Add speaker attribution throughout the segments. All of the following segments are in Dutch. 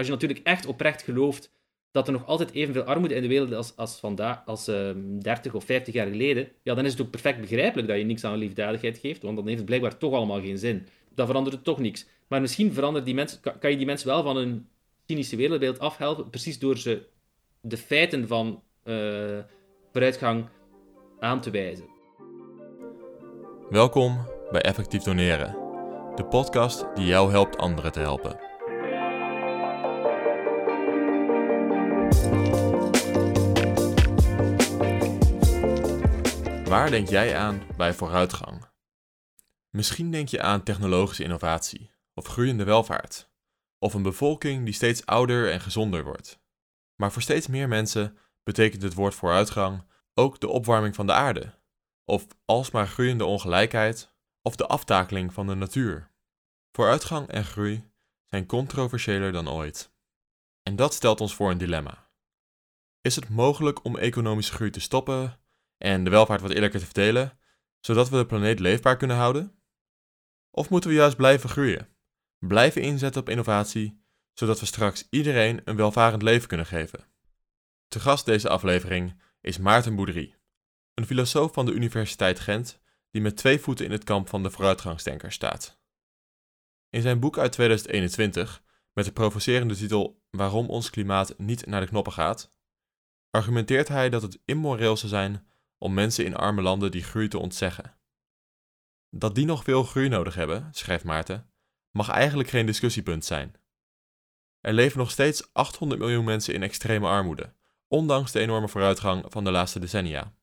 Speaker 1: als je natuurlijk echt oprecht gelooft dat er nog altijd evenveel armoede in de wereld is als 30 of 50 jaar geleden, ja, dan is het ook perfect begrijpelijk dat je niks aan liefdadigheid geeft, want dan heeft het blijkbaar toch allemaal geen zin. Dan verandert het toch niks. Maar misschien verandert die mensen, kan je die mensen wel van hun cynische wereldbeeld afhelpen, precies door ze de feiten van vooruitgang aan te wijzen.
Speaker 2: Welkom bij Effectief Doneren, de podcast die jou helpt anderen te helpen. Waar denk jij aan bij vooruitgang? Misschien denk je aan technologische innovatie, of groeiende welvaart, of een bevolking die steeds ouder en gezonder wordt. Maar voor steeds meer mensen betekent het woord vooruitgang ook de opwarming van de aarde, of alsmaar groeiende ongelijkheid, of de aftakeling van de natuur. Vooruitgang en groei zijn controversiëler dan ooit. En dat stelt ons voor een dilemma. Is het mogelijk om economische groei te stoppen en de welvaart wat eerlijker te verdelen, zodat we de planeet leefbaar kunnen houden? Of moeten we juist blijven groeien, blijven inzetten op innovatie, zodat we straks iedereen een welvarend leven kunnen geven? Te gast deze aflevering is Maarten Boudry, een filosoof van de Universiteit Gent die met 2 voeten in het kamp van de vooruitgangsdenkers staat. In zijn boek uit 2021, met de provocerende titel Waarom ons klimaat niet naar de knoppen gaat, argumenteert hij dat het immoreel zou zijn om mensen in arme landen die groei te ontzeggen. Dat die nog veel groei nodig hebben, schrijft Maarten, mag eigenlijk geen discussiepunt zijn. Er leven nog steeds 800 miljoen mensen in extreme armoede, ondanks de enorme vooruitgang van de laatste decennia.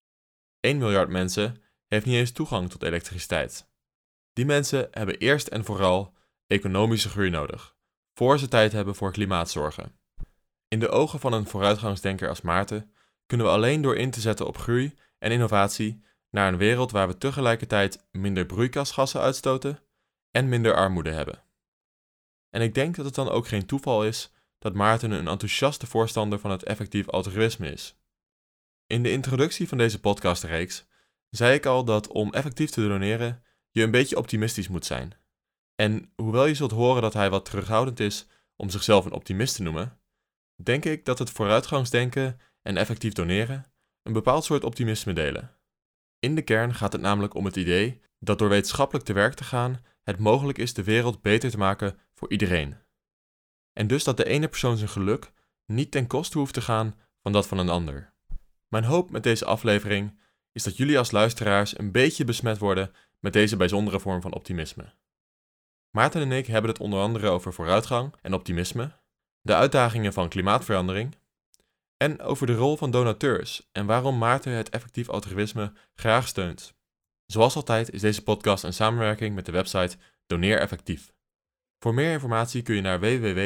Speaker 2: 1 miljard mensen heeft niet eens toegang tot elektriciteit. Die mensen hebben eerst en vooral economische groei nodig, voor ze tijd hebben voor klimaatzorgen. In de ogen van een vooruitgangsdenker als Maarten kunnen we alleen door in te zetten op groei en innovatie naar een wereld waar we tegelijkertijd minder broeikasgassen uitstoten en minder armoede hebben. En ik denk dat het dan ook geen toeval is dat Maarten een enthousiaste voorstander van het effectief altruïsme is. In de introductie van deze podcastreeks zei ik al dat om effectief te doneren je een beetje optimistisch moet zijn. En hoewel je zult horen dat hij wat terughoudend is om zichzelf een optimist te noemen, denk ik dat het vooruitgangsdenken en effectief doneren een bepaald soort optimisme delen. In de kern gaat het namelijk om het idee dat door wetenschappelijk te werk te gaan het mogelijk is de wereld beter te maken voor iedereen. En dus dat de ene persoon zijn geluk niet ten koste hoeft te gaan van dat van een ander. Mijn hoop met deze aflevering is dat jullie als luisteraars een beetje besmet worden met deze bijzondere vorm van optimisme. Maarten en ik hebben het onder andere over vooruitgang en optimisme, de uitdagingen van klimaatverandering en over de rol van donateurs en waarom Maarten het effectief altruïsme graag steunt. Zoals altijd is deze podcast een samenwerking met de website Doneer Effectief. Voor meer informatie kun je naar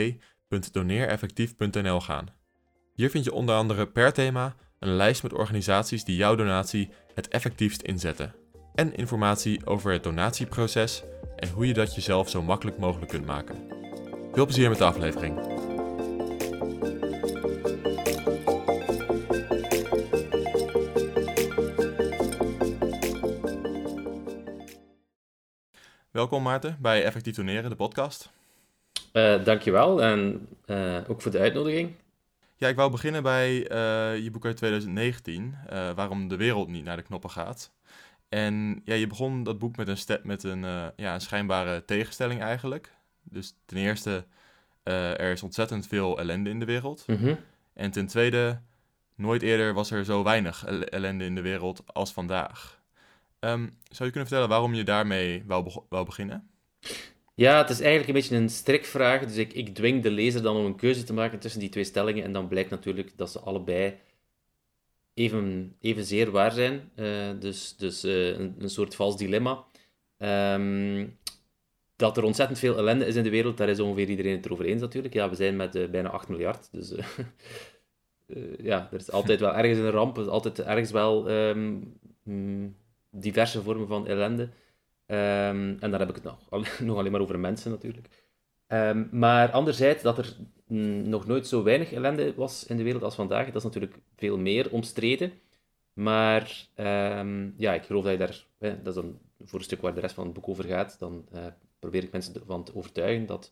Speaker 2: www.doneereffectief.nl gaan. Hier vind je onder andere per thema een lijst met organisaties die jouw donatie het effectiefst inzetten. En informatie over het donatieproces en hoe je dat jezelf zo makkelijk mogelijk kunt maken. Veel plezier met de aflevering. Welkom Maarten bij Effectief Doneren, de podcast.
Speaker 1: Dankjewel en ook voor de uitnodiging.
Speaker 2: Ja, ik wou beginnen bij je boek uit 2019, Waarom de wereld niet naar de knoppen gaat. En ja, je begon dat boek met een schijnbare tegenstelling eigenlijk. Dus ten eerste, er is ontzettend veel ellende in de wereld. En ten tweede, nooit eerder was er zo weinig ellende in de wereld als vandaag. Zou je kunnen vertellen waarom je daarmee wou beginnen?
Speaker 1: Ja, het is eigenlijk een beetje een strikvraag, dus ik dwing de lezer dan om een keuze te maken tussen die 2 stellingen en dan blijkt natuurlijk dat ze allebei evenzeer waar zijn. Dus een soort vals dilemma. Dat er ontzettend veel ellende is in de wereld, daar is ongeveer iedereen het erover eens natuurlijk. Ja, we zijn met bijna 8 miljard, dus ja, er is altijd wel ergens een ramp, er is altijd ergens wel diverse vormen van ellende. En dan heb ik het nog alleen maar over mensen natuurlijk. Maar anderzijds, dat er nog nooit zo weinig ellende was in de wereld als vandaag, dat is natuurlijk veel meer omstreden. Maar ja, ik geloof dat je daar, dat is dan voor een stuk waar de rest van het boek over gaat, dan probeer ik mensen ervan te overtuigen dat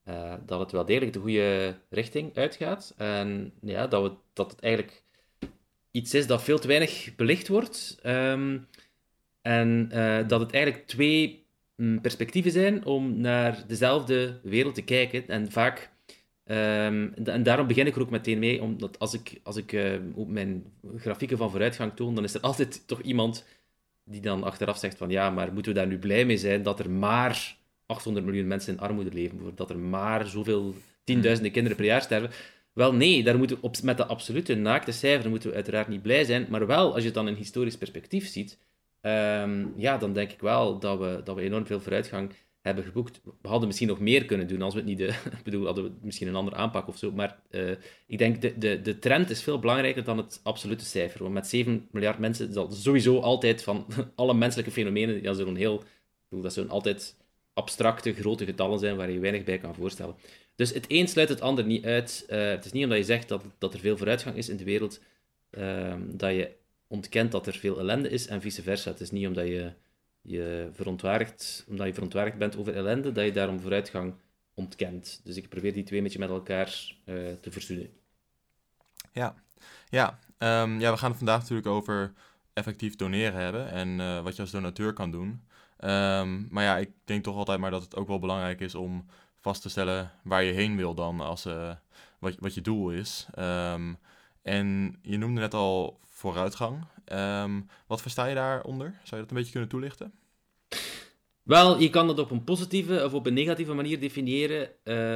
Speaker 1: dat het wel degelijk de goede richting uitgaat. En ja, dat het eigenlijk iets is dat veel te weinig belicht wordt. En dat het eigenlijk twee perspectieven zijn om naar dezelfde wereld te kijken. En vaak... en daarom begin ik er ook meteen mee, omdat als ik op mijn grafieken van vooruitgang toon, dan is er altijd toch iemand die dan achteraf zegt van ja, maar moeten we daar nu blij mee zijn dat er maar 800 miljoen mensen in armoede leven, dat er maar zoveel tienduizenden kinderen per jaar sterven. Wel nee, daar moeten we met de absolute naakte cijfers moeten we uiteraard niet blij zijn, maar wel, als je het dan in historisch perspectief ziet, ja, dan denk ik wel dat we enorm veel vooruitgang hebben geboekt. We hadden misschien nog meer kunnen doen als we het niet... ik bedoel, hadden we misschien een andere aanpak of zo. Maar ik denk, de trend is veel belangrijker dan het absolute cijfer. Want met 7 miljard mensen zal sowieso altijd van alle menselijke fenomenen... Ja, dat zullen altijd abstracte, grote getallen zijn waar je weinig bij kan voorstellen. Dus het een sluit het ander niet uit. Het is niet omdat je zegt dat er veel vooruitgang is in de wereld, dat je ontkent dat er veel ellende is en vice versa. Het is niet omdat je verontwaardigd bent over ellende, dat je daarom vooruitgang ontkent. Dus ik probeer die twee een beetje met elkaar te verzoenen.
Speaker 2: Ja, we gaan het vandaag natuurlijk over effectief doneren hebben en wat je als donateur kan doen. Maar ja, ik denk toch altijd maar dat het ook wel belangrijk is om vast te stellen waar je heen wil dan, als wat je doel is. En je noemde net al vooruitgang. Wat versta je daaronder? Zou je dat een beetje kunnen toelichten?
Speaker 1: Wel, je kan dat op een positieve of op een negatieve manier definiëren.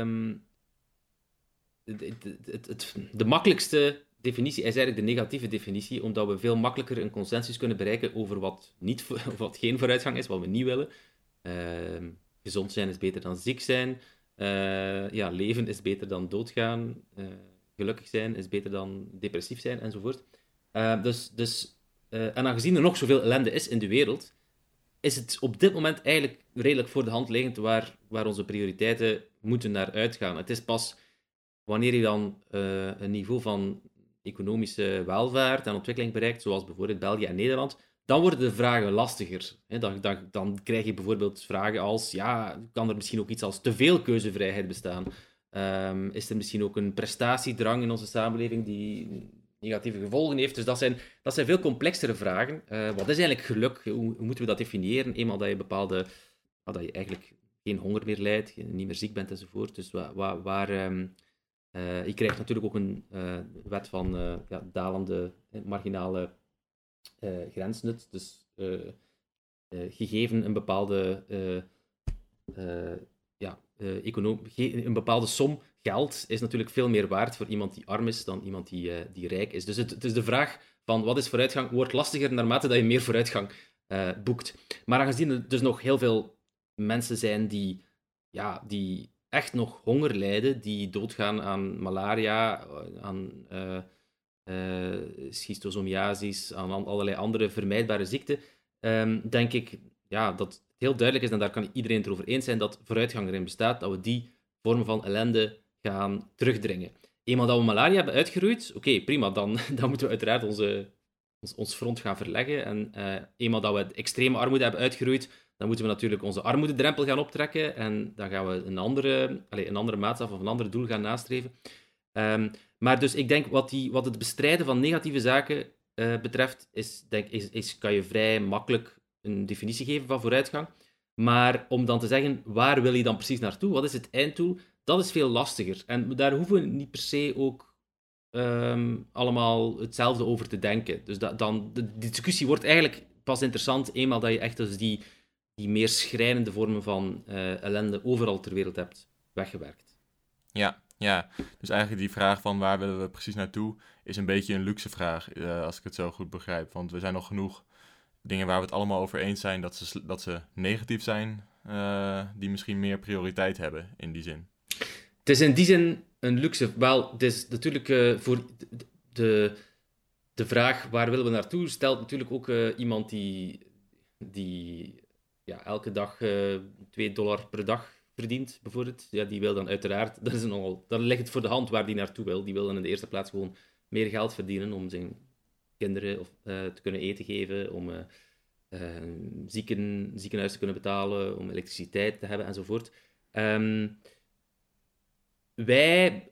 Speaker 1: De makkelijkste definitie is eigenlijk de negatieve definitie, omdat we veel makkelijker een consensus kunnen bereiken over wat geen vooruitgang is, wat we niet willen. Gezond zijn is beter dan ziek zijn. Ja, leven is beter dan doodgaan. Gelukkig zijn is beter dan depressief zijn, enzovoort. En aangezien er nog zoveel ellende is in de wereld, is het op dit moment eigenlijk redelijk voor de hand liggend waar onze prioriteiten moeten naar uitgaan. Het is pas wanneer je dan een niveau van economische welvaart en ontwikkeling bereikt, zoals bijvoorbeeld België en Nederland, dan worden de vragen lastiger. Dan krijg je bijvoorbeeld vragen als, ja, kan er misschien ook iets als te veel keuzevrijheid bestaan? Is er misschien ook een prestatiedrang in onze samenleving die negatieve gevolgen heeft? Dus dat zijn veel complexere vragen. Wat is eigenlijk geluk? Hoe moeten we dat definiëren? Eenmaal dat je eigenlijk geen honger meer lijdt, niet meer ziek bent enzovoort. Dus je krijgt natuurlijk ook een wet van dalende marginale grensnut. Dus gegeven een bepaalde een bepaalde som geld is natuurlijk veel meer waard voor iemand die arm is dan iemand die rijk is. Dus het is de vraag van wat is vooruitgang wordt lastiger naarmate dat je meer vooruitgang boekt. Maar aangezien er dus nog heel veel mensen zijn die echt nog honger lijden, die doodgaan aan malaria, aan schistosomiasis, aan allerlei andere vermijdbare ziekten, denk ik dat het heel duidelijk is, en daar kan iedereen het over eens zijn, dat vooruitgang erin bestaat, dat we die vormen van ellende gaan terugdringen. Eenmaal dat we malaria hebben uitgeroeid, oké, prima, dan moeten we uiteraard ons front gaan verleggen. En eenmaal dat we extreme armoede hebben uitgeroeid, dan moeten we natuurlijk onze armoededrempel gaan optrekken en dan gaan we een andere maatstaf of een ander doel gaan nastreven. Maar dus ik denk, wat het bestrijden van negatieve zaken betreft, kan je vrij makkelijk een definitie geven van vooruitgang. Maar om dan te zeggen, waar wil je dan precies naartoe? Wat is het einddoel? Dat is veel lastiger. En daar hoeven we niet per se ook allemaal hetzelfde over te denken. Dus die discussie wordt eigenlijk pas interessant eenmaal dat je echt dus die meer schrijnende vormen van ellende overal ter wereld hebt weggewerkt.
Speaker 2: Ja, dus eigenlijk die vraag van waar willen we precies naartoe is een beetje een luxe vraag, als ik het zo goed begrijp. Want er zijn nog genoeg dingen waar we het allemaal over eens zijn dat ze negatief zijn, die misschien meer prioriteit hebben in die zin.
Speaker 1: Het is in die zin een luxe. Wel, het is natuurlijk voor de vraag waar willen we naartoe stelt natuurlijk ook iemand die elke dag $2 per dag verdient, bijvoorbeeld. Ja, die wil dan uiteraard, dan ligt het voor de hand waar die naartoe wil. Die wil dan in de eerste plaats gewoon meer geld verdienen om zijn kinderen te kunnen eten geven, om ziekenhuis te kunnen betalen, om elektriciteit te hebben enzovoort. wij,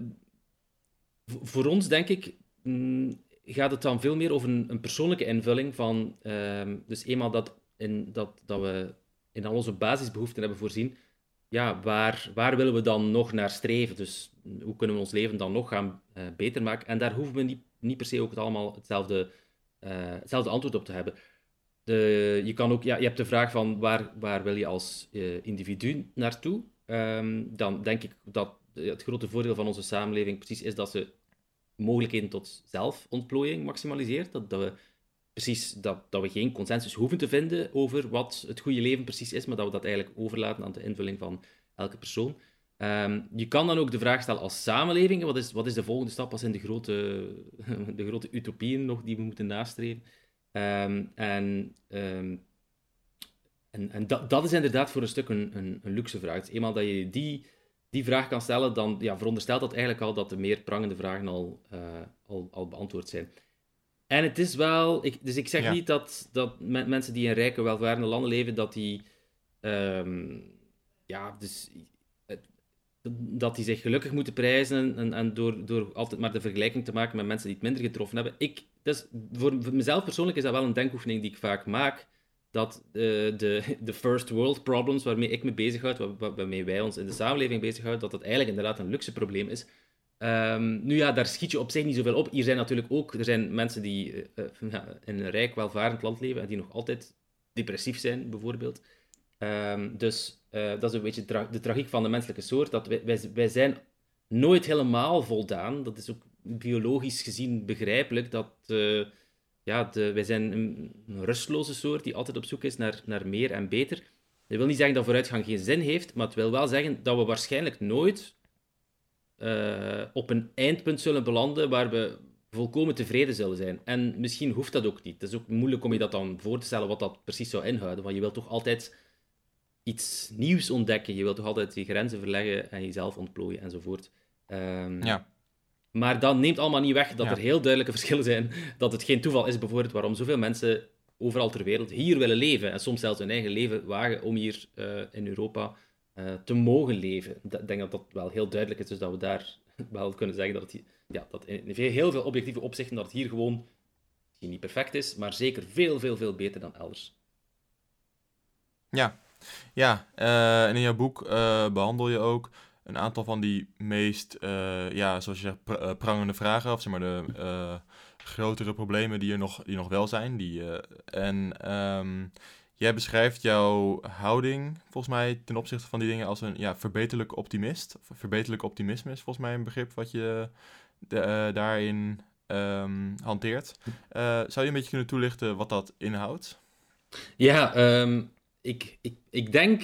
Speaker 1: voor ons denk ik, gaat het dan veel meer over een persoonlijke invulling van, dus eenmaal dat we in al onze basisbehoeften hebben voorzien, ja, waar willen we dan nog naar streven? Dus hoe kunnen we ons leven dan nog gaan beter maken? En daar hoeven we niet per se ook allemaal hetzelfde antwoord op te hebben. Je kan ook, ja, je hebt de vraag van waar wil je als individu naartoe? Dan denk ik dat het grote voordeel van onze samenleving precies is dat ze mogelijkheden tot zelfontplooiing maximaliseert. Dat we geen consensus hoeven te vinden over wat het goede leven precies is, maar dat we dat eigenlijk overlaten aan de invulling van elke persoon. Je kan dan ook de vraag stellen als samenleving, wat is de volgende stap? Wat zijn de grote utopieën nog die we moeten nastreven? Dat is inderdaad voor een stuk een luxe vraag. Dus eenmaal dat je die vraag kan stellen, dan ja, veronderstelt dat eigenlijk al dat de meer prangende vragen al beantwoord zijn. En het is wel... ik zeg niet dat mensen die in rijke, welvarende landen leven, dat die zich gelukkig moeten prijzen en door altijd maar de vergelijking te maken met mensen die het minder getroffen hebben. Voor mezelf persoonlijk is dat wel een denkoefening die ik vaak maak, dat de first world problems waarmee ik me bezighoud, waarmee wij ons in de samenleving bezighouden, dat eigenlijk inderdaad een luxe probleem is. Nu ja, daar schiet je op zich niet zoveel op. Er zijn mensen die in een rijk, welvarend land leven en die nog altijd depressief zijn, bijvoorbeeld. Dat is een beetje de tragiek van de menselijke soort, dat wij zijn nooit helemaal voldaan. Dat is ook biologisch gezien begrijpelijk, dat wij zijn een rustloze soort die altijd op zoek is naar meer en beter. Dat wil niet zeggen dat vooruitgang geen zin heeft, maar het wil wel zeggen dat we waarschijnlijk nooit op een eindpunt zullen belanden waar we volkomen tevreden zullen zijn. En misschien hoeft dat ook niet. Het is ook moeilijk om je dat dan voor te stellen wat dat precies zou inhouden, want je wilt toch altijd iets nieuws ontdekken. Je wilt toch altijd je grenzen verleggen en jezelf ontplooien enzovoort. Maar dat neemt allemaal niet weg dat er heel duidelijke verschillen zijn. Dat het geen toeval is bijvoorbeeld waarom zoveel mensen overal ter wereld hier willen leven. En soms zelfs hun eigen leven wagen om hier in Europa te mogen leven. Ik denk dat dat wel heel duidelijk is. Dus dat we daar wel kunnen zeggen dat in heel veel objectieve opzichten dat het hier gewoon misschien niet perfect is, maar zeker veel, veel, veel beter dan elders.
Speaker 2: Ja, en in jouw boek behandel je ook een aantal van die meest, zoals je zegt, prangende vragen, of zeg maar de grotere problemen die nog wel zijn. Jij beschrijft jouw houding, volgens mij, ten opzichte van die dingen als een verbeterlijk optimist. Verbeterlijk optimisme is volgens mij een begrip wat je daarin hanteert. Zou je een beetje kunnen toelichten wat dat inhoudt?
Speaker 1: Ja, ik denk,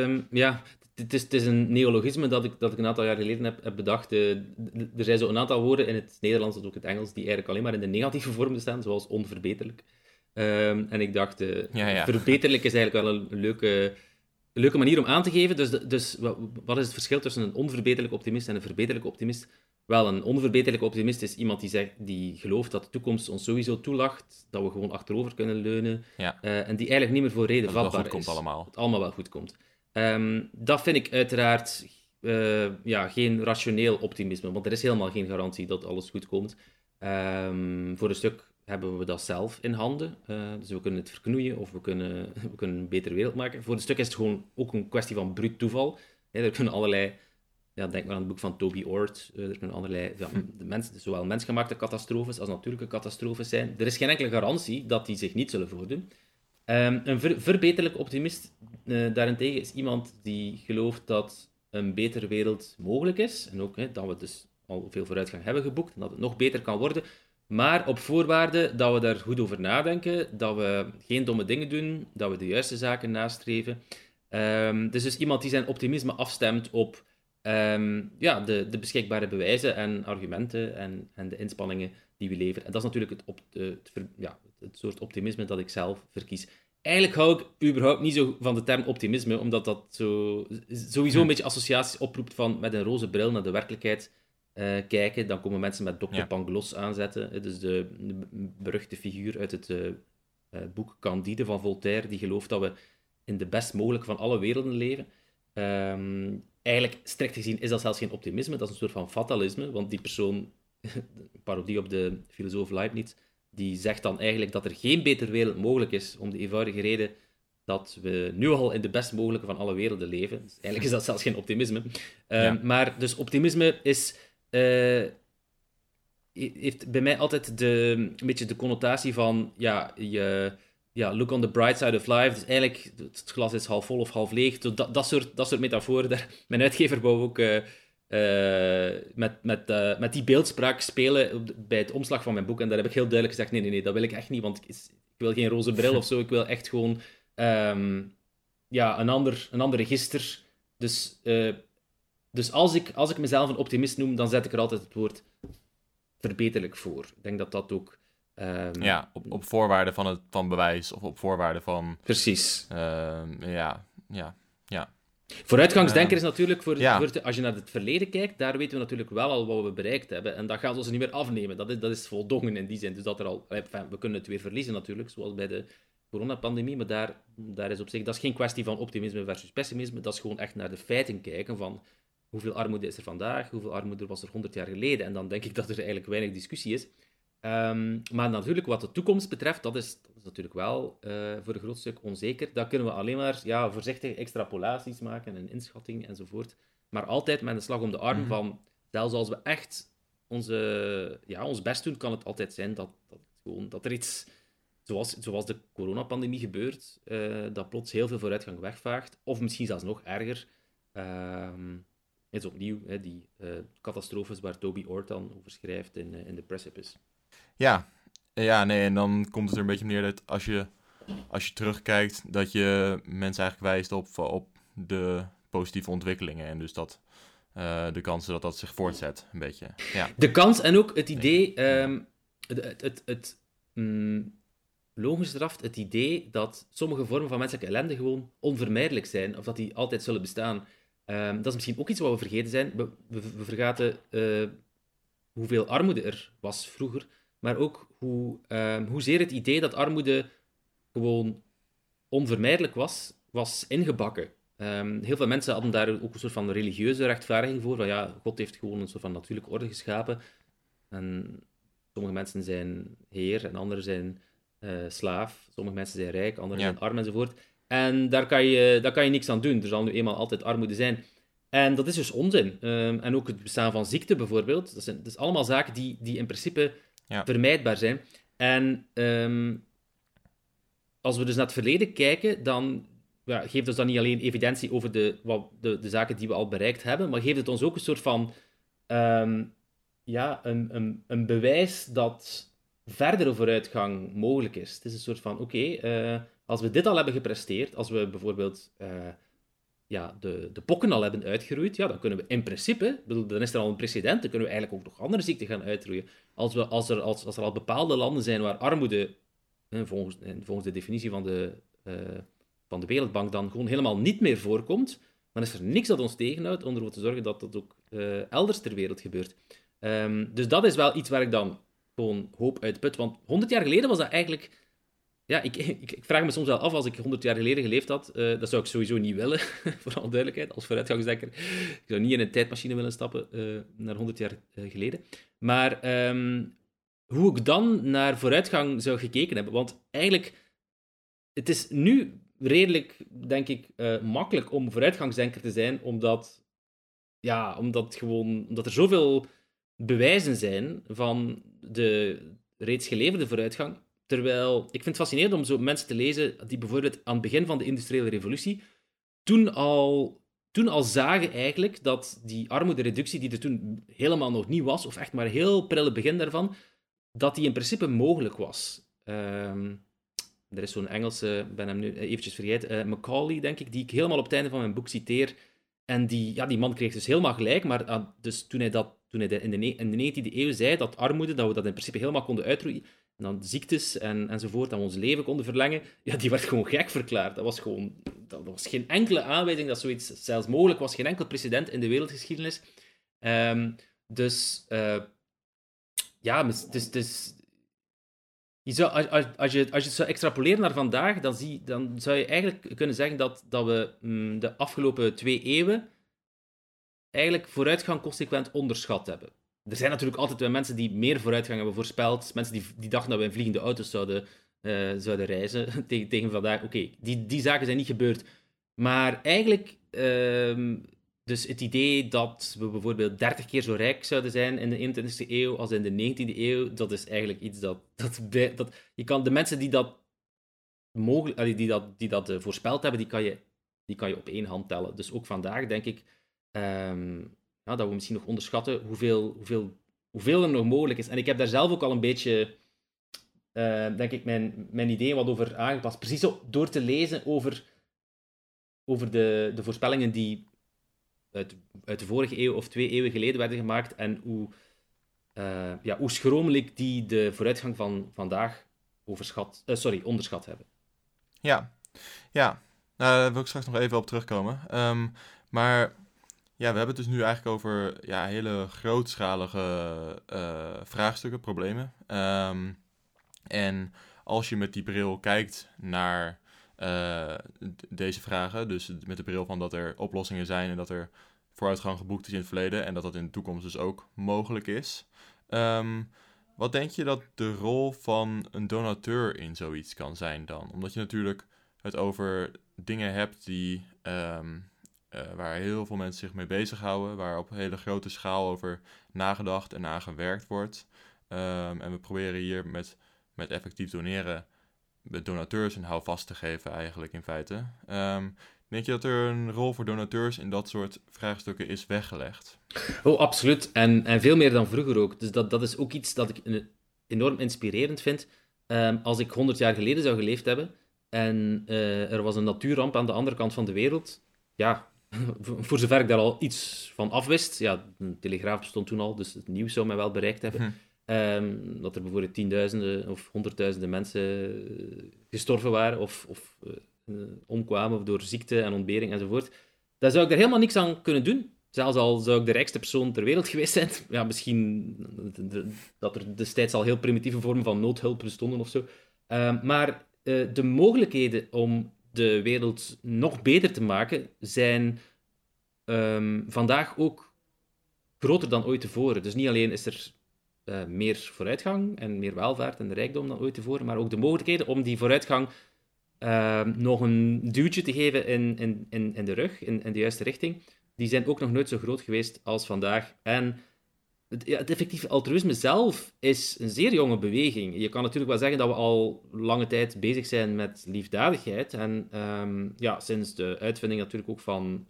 Speaker 1: het is een neologisme dat ik een aantal jaar geleden heb bedacht. Er zijn zo een aantal woorden in het Nederlands en ook het Engels die eigenlijk alleen maar in de negatieve vorm bestaan, zoals onverbeterlijk. En ik dacht, verbeterlijk is eigenlijk wel een leuke manier om aan te geven. Dus wat is het verschil tussen een onverbeterlijk optimist en een verbeterlijk optimist? Wel, een onverbeterlijk optimist is iemand die gelooft dat de toekomst ons sowieso toelacht, dat we gewoon achterover kunnen leunen, en die eigenlijk niet meer voor reden vatbaar is. Dat het allemaal wel goed komt. Dat vind ik uiteraard geen rationeel optimisme, want er is helemaal geen garantie dat alles goed komt. Voor een stuk hebben we dat zelf in handen. Dus we kunnen het verknoeien of we kunnen een betere wereld maken. Voor een stuk is het gewoon ook een kwestie van bruut toeval. Er kunnen allerlei... denk maar aan het boek van Toby Ord. Er kunnen allerlei... zowel mensgemaakte catastrofes als natuurlijke catastrofes zijn. Er is geen enkele garantie dat die zich niet zullen voordoen. Een verbeterlijk optimist daarentegen is iemand die gelooft dat een betere wereld mogelijk is. En ook dat we dus al veel vooruitgang hebben geboekt en dat het nog beter kan worden. Maar op voorwaarde dat we daar goed over nadenken, dat we geen domme dingen doen, dat we de juiste zaken nastreven. Dus iemand die zijn optimisme afstemt op de beschikbare bewijzen en argumenten en de inspanningen die we leveren. En dat is natuurlijk het soort optimisme dat ik zelf verkies. Eigenlijk hou ik überhaupt niet zo van de term optimisme, omdat dat sowieso een beetje associaties oproept van met een roze bril naar de werkelijkheid kijken. Dan komen mensen met Dr. Pangloss aanzetten. Dus de beruchte figuur uit het boek Candide van Voltaire, die gelooft dat we in de best mogelijke van alle werelden leven. eigenlijk, strikt gezien, is dat zelfs geen optimisme, dat is een soort van fatalisme, want die persoon, een parodie op de filosoof Leibniz, die zegt dan eigenlijk dat er geen betere wereld mogelijk is, om de eenvoudige reden dat we nu al in de best mogelijke van alle werelden leven. Dus eigenlijk is dat zelfs geen optimisme. Maar dus optimisme is... heeft bij mij altijd een beetje de connotatie van... look on the bright side of life. Dus eigenlijk, het glas is half vol of half leeg. Dat soort metaforen. Daar, mijn uitgever wou ook met die beeldspraak spelen bij het omslag van mijn boek. En daar heb ik heel duidelijk gezegd, nee, dat wil ik echt niet. Want ik wil geen roze bril of zo. Ik wil echt gewoon een ander register. Dus als ik mezelf een optimist noem, dan zet ik er altijd het woord verbeterlijk voor. Ik denk dat dat ook...
Speaker 2: op voorwaarde van bewijs of op voorwaarde van...
Speaker 1: Precies.
Speaker 2: Ja.
Speaker 1: Vooruitgangsdenker is natuurlijk, als je naar het verleden kijkt, daar weten we natuurlijk wel al wat we bereikt hebben. En dat gaan ze ons niet meer afnemen. Dat is voldongen in die zin. Dus dat er al... we kunnen het weer verliezen natuurlijk, zoals bij de coronapandemie. Maar daar is op zich... Dat is geen kwestie van optimisme versus pessimisme. Dat is gewoon echt naar de feiten kijken van... Hoeveel armoede is er vandaag? Hoeveel armoede was er 100 jaar geleden? En dan denk ik dat er eigenlijk weinig discussie is. Maar natuurlijk, wat de toekomst betreft, dat is natuurlijk wel voor een groot stuk onzeker. Dan kunnen we alleen maar voorzichtige extrapolaties maken en inschattingen enzovoort. Maar altijd met een slag om de arm van... Zelfs als we echt ons best doen, kan het altijd zijn dat er iets... Zoals de coronapandemie gebeurt, dat plots heel veel vooruitgang wegvaagt. Of misschien zelfs nog erger... is opnieuw die catastrofes waar Toby Ord dan over schrijft in The Precipice.
Speaker 2: En dan komt het er een beetje neer dat als je terugkijkt, dat je mensen eigenlijk wijst op de positieve ontwikkelingen. En dus dat de kansen dat zich voortzet, een beetje. Ja.
Speaker 1: De kans en ook het idee, logisch gestraft, het idee dat sommige vormen van menselijke ellende gewoon onvermijdelijk zijn, of dat die altijd zullen bestaan. Dat is misschien ook iets wat we vergeten zijn. We vergaten hoeveel armoede er was vroeger, maar ook hoezeer het idee dat armoede gewoon onvermijdelijk was ingebakken. Heel veel mensen hadden daar ook een soort van religieuze rechtvaardiging voor, van God heeft gewoon een soort van natuurlijke orde geschapen. En sommige mensen zijn heer en anderen zijn slaaf. Sommige mensen zijn rijk, anderen zijn arm enzovoort. En daar kan je niks aan doen. Er zal nu eenmaal altijd armoede zijn. En dat is dus onzin. En ook het bestaan van ziekte bijvoorbeeld. Dat zijn allemaal zaken die in principe vermijdbaar zijn. En als we dus naar het verleden kijken, dan geeft ons dat niet alleen evidentie over de zaken die we al bereikt hebben, maar geeft het ons ook een soort van een bewijs dat verdere vooruitgang mogelijk is. Het is een soort van, als we dit al hebben gepresteerd, als we bijvoorbeeld de pokken al hebben uitgeroeid, dan kunnen we in principe, dan is er al een precedent, dan kunnen we eigenlijk ook nog andere ziekten gaan uitroeien. Als er al bepaalde landen zijn waar armoede, volgens de definitie van de Wereldbank, dan gewoon helemaal niet meer voorkomt, dan is er niks dat ons tegenhoudt om ervoor te zorgen dat dat ook elders ter wereld gebeurt. Dus dat is wel iets waar ik dan gewoon hoop uitput. Want 100 jaar geleden was dat eigenlijk... Ja, ik vraag me soms wel af, als ik 100 jaar geleden geleefd had, dat zou ik sowieso niet willen, voor alle duidelijkheid, als vooruitgangsdenker. Ik zou niet in een tijdmachine willen stappen naar 100 jaar geleden. Maar hoe ik dan naar vooruitgang zou gekeken hebben, want eigenlijk, het is nu redelijk, denk ik, makkelijk om vooruitgangsdenker te zijn, omdat er zoveel bewijzen zijn van de reeds geleverde vooruitgang. Terwijl, ik vind het fascinerend om zo mensen te lezen die bijvoorbeeld aan het begin van de industriële revolutie toen al zagen eigenlijk dat die armoedereductie die er toen helemaal nog niet was, of echt maar een heel prille begin daarvan, dat die in principe mogelijk was. Er is zo'n Engelse, ik ben hem nu eventjes vergeten, Macaulay, denk ik, die ik helemaal op het einde van mijn boek citeer. En die man kreeg dus helemaal gelijk, maar dus toen hij in de 19e eeuw zei dat armoede, dat we dat in principe helemaal konden uitroeien, en dan ziektes enzovoort, dat we ons leven konden verlengen, die werd gewoon gek verklaard. Dat was geen enkele aanwijzing dat zoiets zelfs mogelijk was, geen enkel precedent in de wereldgeschiedenis. Als je het zou extrapoleren naar vandaag, dan zou je eigenlijk kunnen zeggen dat we de afgelopen 2 eeuwen eigenlijk vooruitgang consequent onderschat hebben. Er zijn natuurlijk altijd wel mensen die meer vooruitgang hebben voorspeld. Mensen die dachten dat we in vliegende auto's zouden reizen. tegen vandaag. Oké, die zaken zijn niet gebeurd. Maar eigenlijk... dus het idee dat we bijvoorbeeld 30 keer zo rijk zouden zijn in de 21e eeuw als in de 19e eeuw, dat is eigenlijk iets dat je kan de mensen die dat mogelijk, die dat voorspeld hebben, die kan je op één hand tellen. Dus ook vandaag denk ik dat we misschien nog onderschatten hoeveel er nog mogelijk is. En ik heb daar zelf ook al een beetje, denk ik, mijn ideeën wat over aangepast. Precies door te lezen over de voorspellingen die uit de vorige eeuw of 2 eeuwen geleden werden gemaakt en hoe schromelijk die de vooruitgang van vandaag onderschat hebben.
Speaker 2: Ja. Daar wil ik straks nog even op terugkomen. Maar ja, we hebben het dus nu eigenlijk over hele grootschalige vraagstukken, problemen. En als je met die bril kijkt naar deze vragen, dus met de bril van dat er oplossingen zijn en dat er vooruitgang geboekt is in het verleden en dat dat in de toekomst dus ook mogelijk is. Wat denk je dat de rol van een donateur in zoiets kan zijn dan? Omdat je natuurlijk het over dingen hebt die, waar heel veel mensen zich mee bezighouden, waar op hele grote schaal over nagedacht en nagewerkt wordt. En we proberen hier met effectief doneren met donateurs een houvast te geven eigenlijk in feite. Denk je dat er een rol voor donateurs in dat soort vraagstukken is weggelegd?
Speaker 1: Oh, absoluut. En veel meer dan vroeger ook. Dus dat is ook iets dat ik enorm inspirerend vind. Als ik 100 jaar geleden zou geleefd hebben en er was een natuurramp aan de andere kant van de wereld, ja, voor zover ik daar al iets van afwist, ja, de Telegraaf bestond toen al, dus het nieuws zou mij wel bereikt hebben, dat er bijvoorbeeld tienduizenden of honderdduizenden mensen gestorven waren of omkwamen door ziekte en ontbering enzovoort, dan zou ik daar helemaal niks aan kunnen doen. Zelfs al zou ik de rijkste persoon ter wereld geweest zijn. Ja, misschien dat er destijds al heel primitieve vormen van noodhulp bestonden of zo. Maar de mogelijkheden om de wereld nog beter te maken zijn vandaag ook groter dan ooit tevoren. Dus niet alleen is er meer vooruitgang en meer welvaart en rijkdom dan ooit tevoren, maar ook de mogelijkheden om die vooruitgang nog een duwtje te geven in de rug, in de juiste richting, die zijn ook nog nooit zo groot geweest als vandaag. En het effectieve altruïsme zelf is een zeer jonge beweging. Je kan natuurlijk wel zeggen dat we al lange tijd bezig zijn met liefdadigheid. En sinds de uitvinding natuurlijk ook van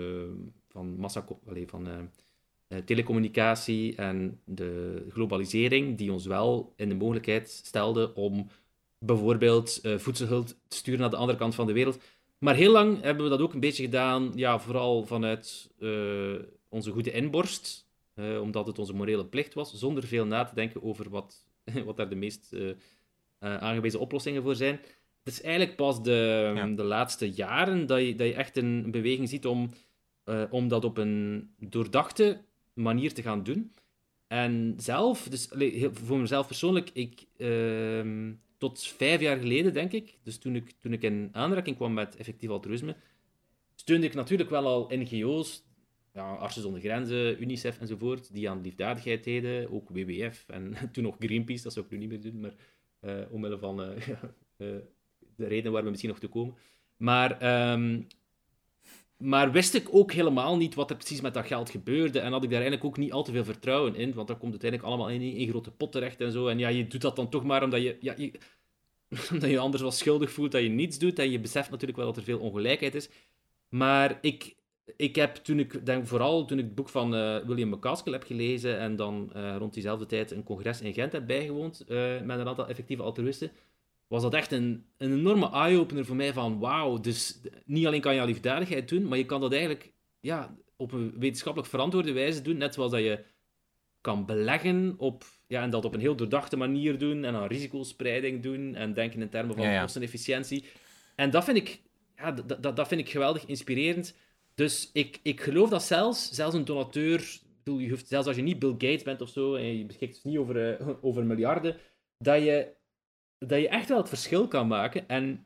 Speaker 1: telecommunicatie en de globalisering, die ons wel in de mogelijkheid stelde om bijvoorbeeld voedselhulp te sturen naar de andere kant van de wereld. Maar heel lang hebben we dat ook een beetje gedaan, ja, vooral vanuit onze goede inborst, omdat het onze morele plicht was, zonder veel na te denken over wat daar de meest aangewezen oplossingen voor zijn. Het is eigenlijk pas de laatste jaren dat je echt een beweging ziet om dat op een doordachte manier te gaan doen. En zelf, dus voor mezelf persoonlijk, tot 5 jaar geleden, denk ik, dus toen ik in aanraking kwam met effectief altruïsme, steunde ik natuurlijk wel al NGO's, ja, Artsen zonder Grenzen, UNICEF enzovoort, die aan liefdadigheid deden, ook WWF en toen nog Greenpeace, dat zou ik nu niet meer doen, maar omwille van de reden waar we misschien nog te komen. Maar wist ik ook helemaal niet wat er precies met dat geld gebeurde en had ik daar eigenlijk ook niet al te veel vertrouwen in, want dat komt uiteindelijk allemaal in één grote pot terecht en zo. En ja, je doet dat dan toch maar omdat omdat je anders wel schuldig voelt dat je niets doet en je beseft natuurlijk wel dat er veel ongelijkheid is. Maar ik heb vooral toen ik het boek van William McCaskill heb gelezen en dan rond diezelfde tijd een congres in Gent heb bijgewoond met een aantal effectieve altruïsten, was dat echt een enorme eye-opener voor mij van wauw, dus niet alleen kan je liefdadigheid doen, maar je kan dat eigenlijk op een wetenschappelijk verantwoorde wijze doen, net zoals dat je kan beleggen en dat op een heel doordachte manier doen en aan risicospreiding doen en denken in termen van kostenefficiëntie. En dat vind ik geweldig inspirerend. Dus ik geloof dat zelfs een donateur, zelfs als je niet Bill Gates bent of zo, en je beschikt dus niet over miljarden, dat je echt wel het verschil kan maken. En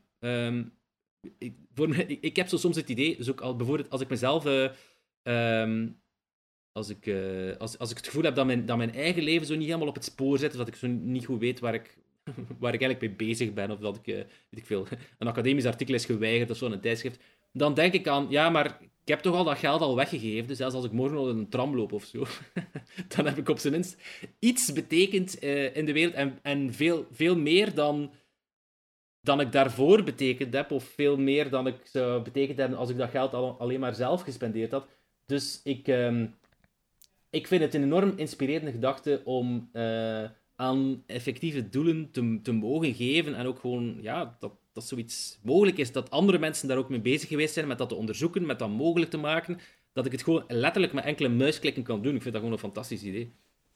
Speaker 1: ik heb zo soms het idee, dus ook al bijvoorbeeld als ik mezelf als ik het gevoel heb dat mijn eigen leven zo niet helemaal op het spoor zit, of dat ik zo niet goed weet waar ik, waar ik eigenlijk mee bezig ben, of dat ik, weet ik veel, een academisch artikel is geweigerd of zo in een tijdschrift, dan denk ik aan, ja, maar ik heb toch al dat geld al weggegeven, dus zelfs als ik morgen nog in een tram loop of zo, dan heb ik op zijn minst iets betekend in de wereld en veel meer dan ik daarvoor betekend heb, of veel meer dan ik zou betekend hebben als ik dat geld alleen maar zelf gespendeerd had. Dus ik vind het een enorm inspirerende gedachte om aan effectieve doelen te mogen geven en ook gewoon, ja, dat zoiets mogelijk is, dat andere mensen daar ook mee bezig geweest zijn, met dat te onderzoeken, met dat mogelijk te maken, dat ik het gewoon letterlijk met enkele muisklikken kan doen. Ik vind dat gewoon een fantastisch idee.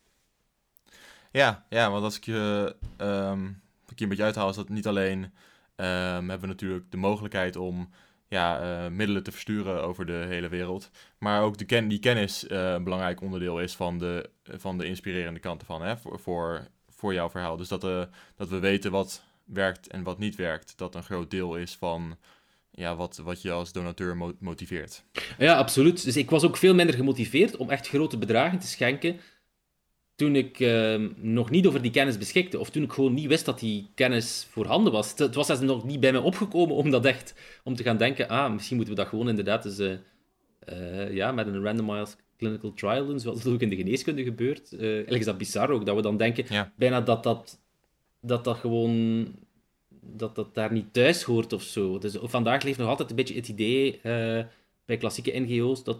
Speaker 2: Ja, want als ik je een beetje uithaal, is dat niet alleen hebben we natuurlijk de mogelijkheid om middelen te versturen over de hele wereld, maar ook die kennis een belangrijk onderdeel is van de inspirerende kant ervan, hè, voor jouw verhaal. Dus dat we weten wat werkt en wat niet werkt, dat een groot deel is van wat je als donateur motiveert.
Speaker 1: Ja, absoluut. Dus ik was ook veel minder gemotiveerd om echt grote bedragen te schenken toen ik nog niet over die kennis beschikte, of toen ik gewoon niet wist dat die kennis voorhanden was. Het was zelfs nog niet bij me opgekomen om te gaan denken, misschien moeten we dat gewoon inderdaad eens met een randomized clinical trial doen, zoals dat ook in de geneeskunde gebeurt. Eigenlijk is dat bizar ook, dat we dan denken bijna dat gewoon dat daar niet thuis hoort of zo. Dus vandaag leeft nog altijd een beetje het idee bij klassieke NGO's dat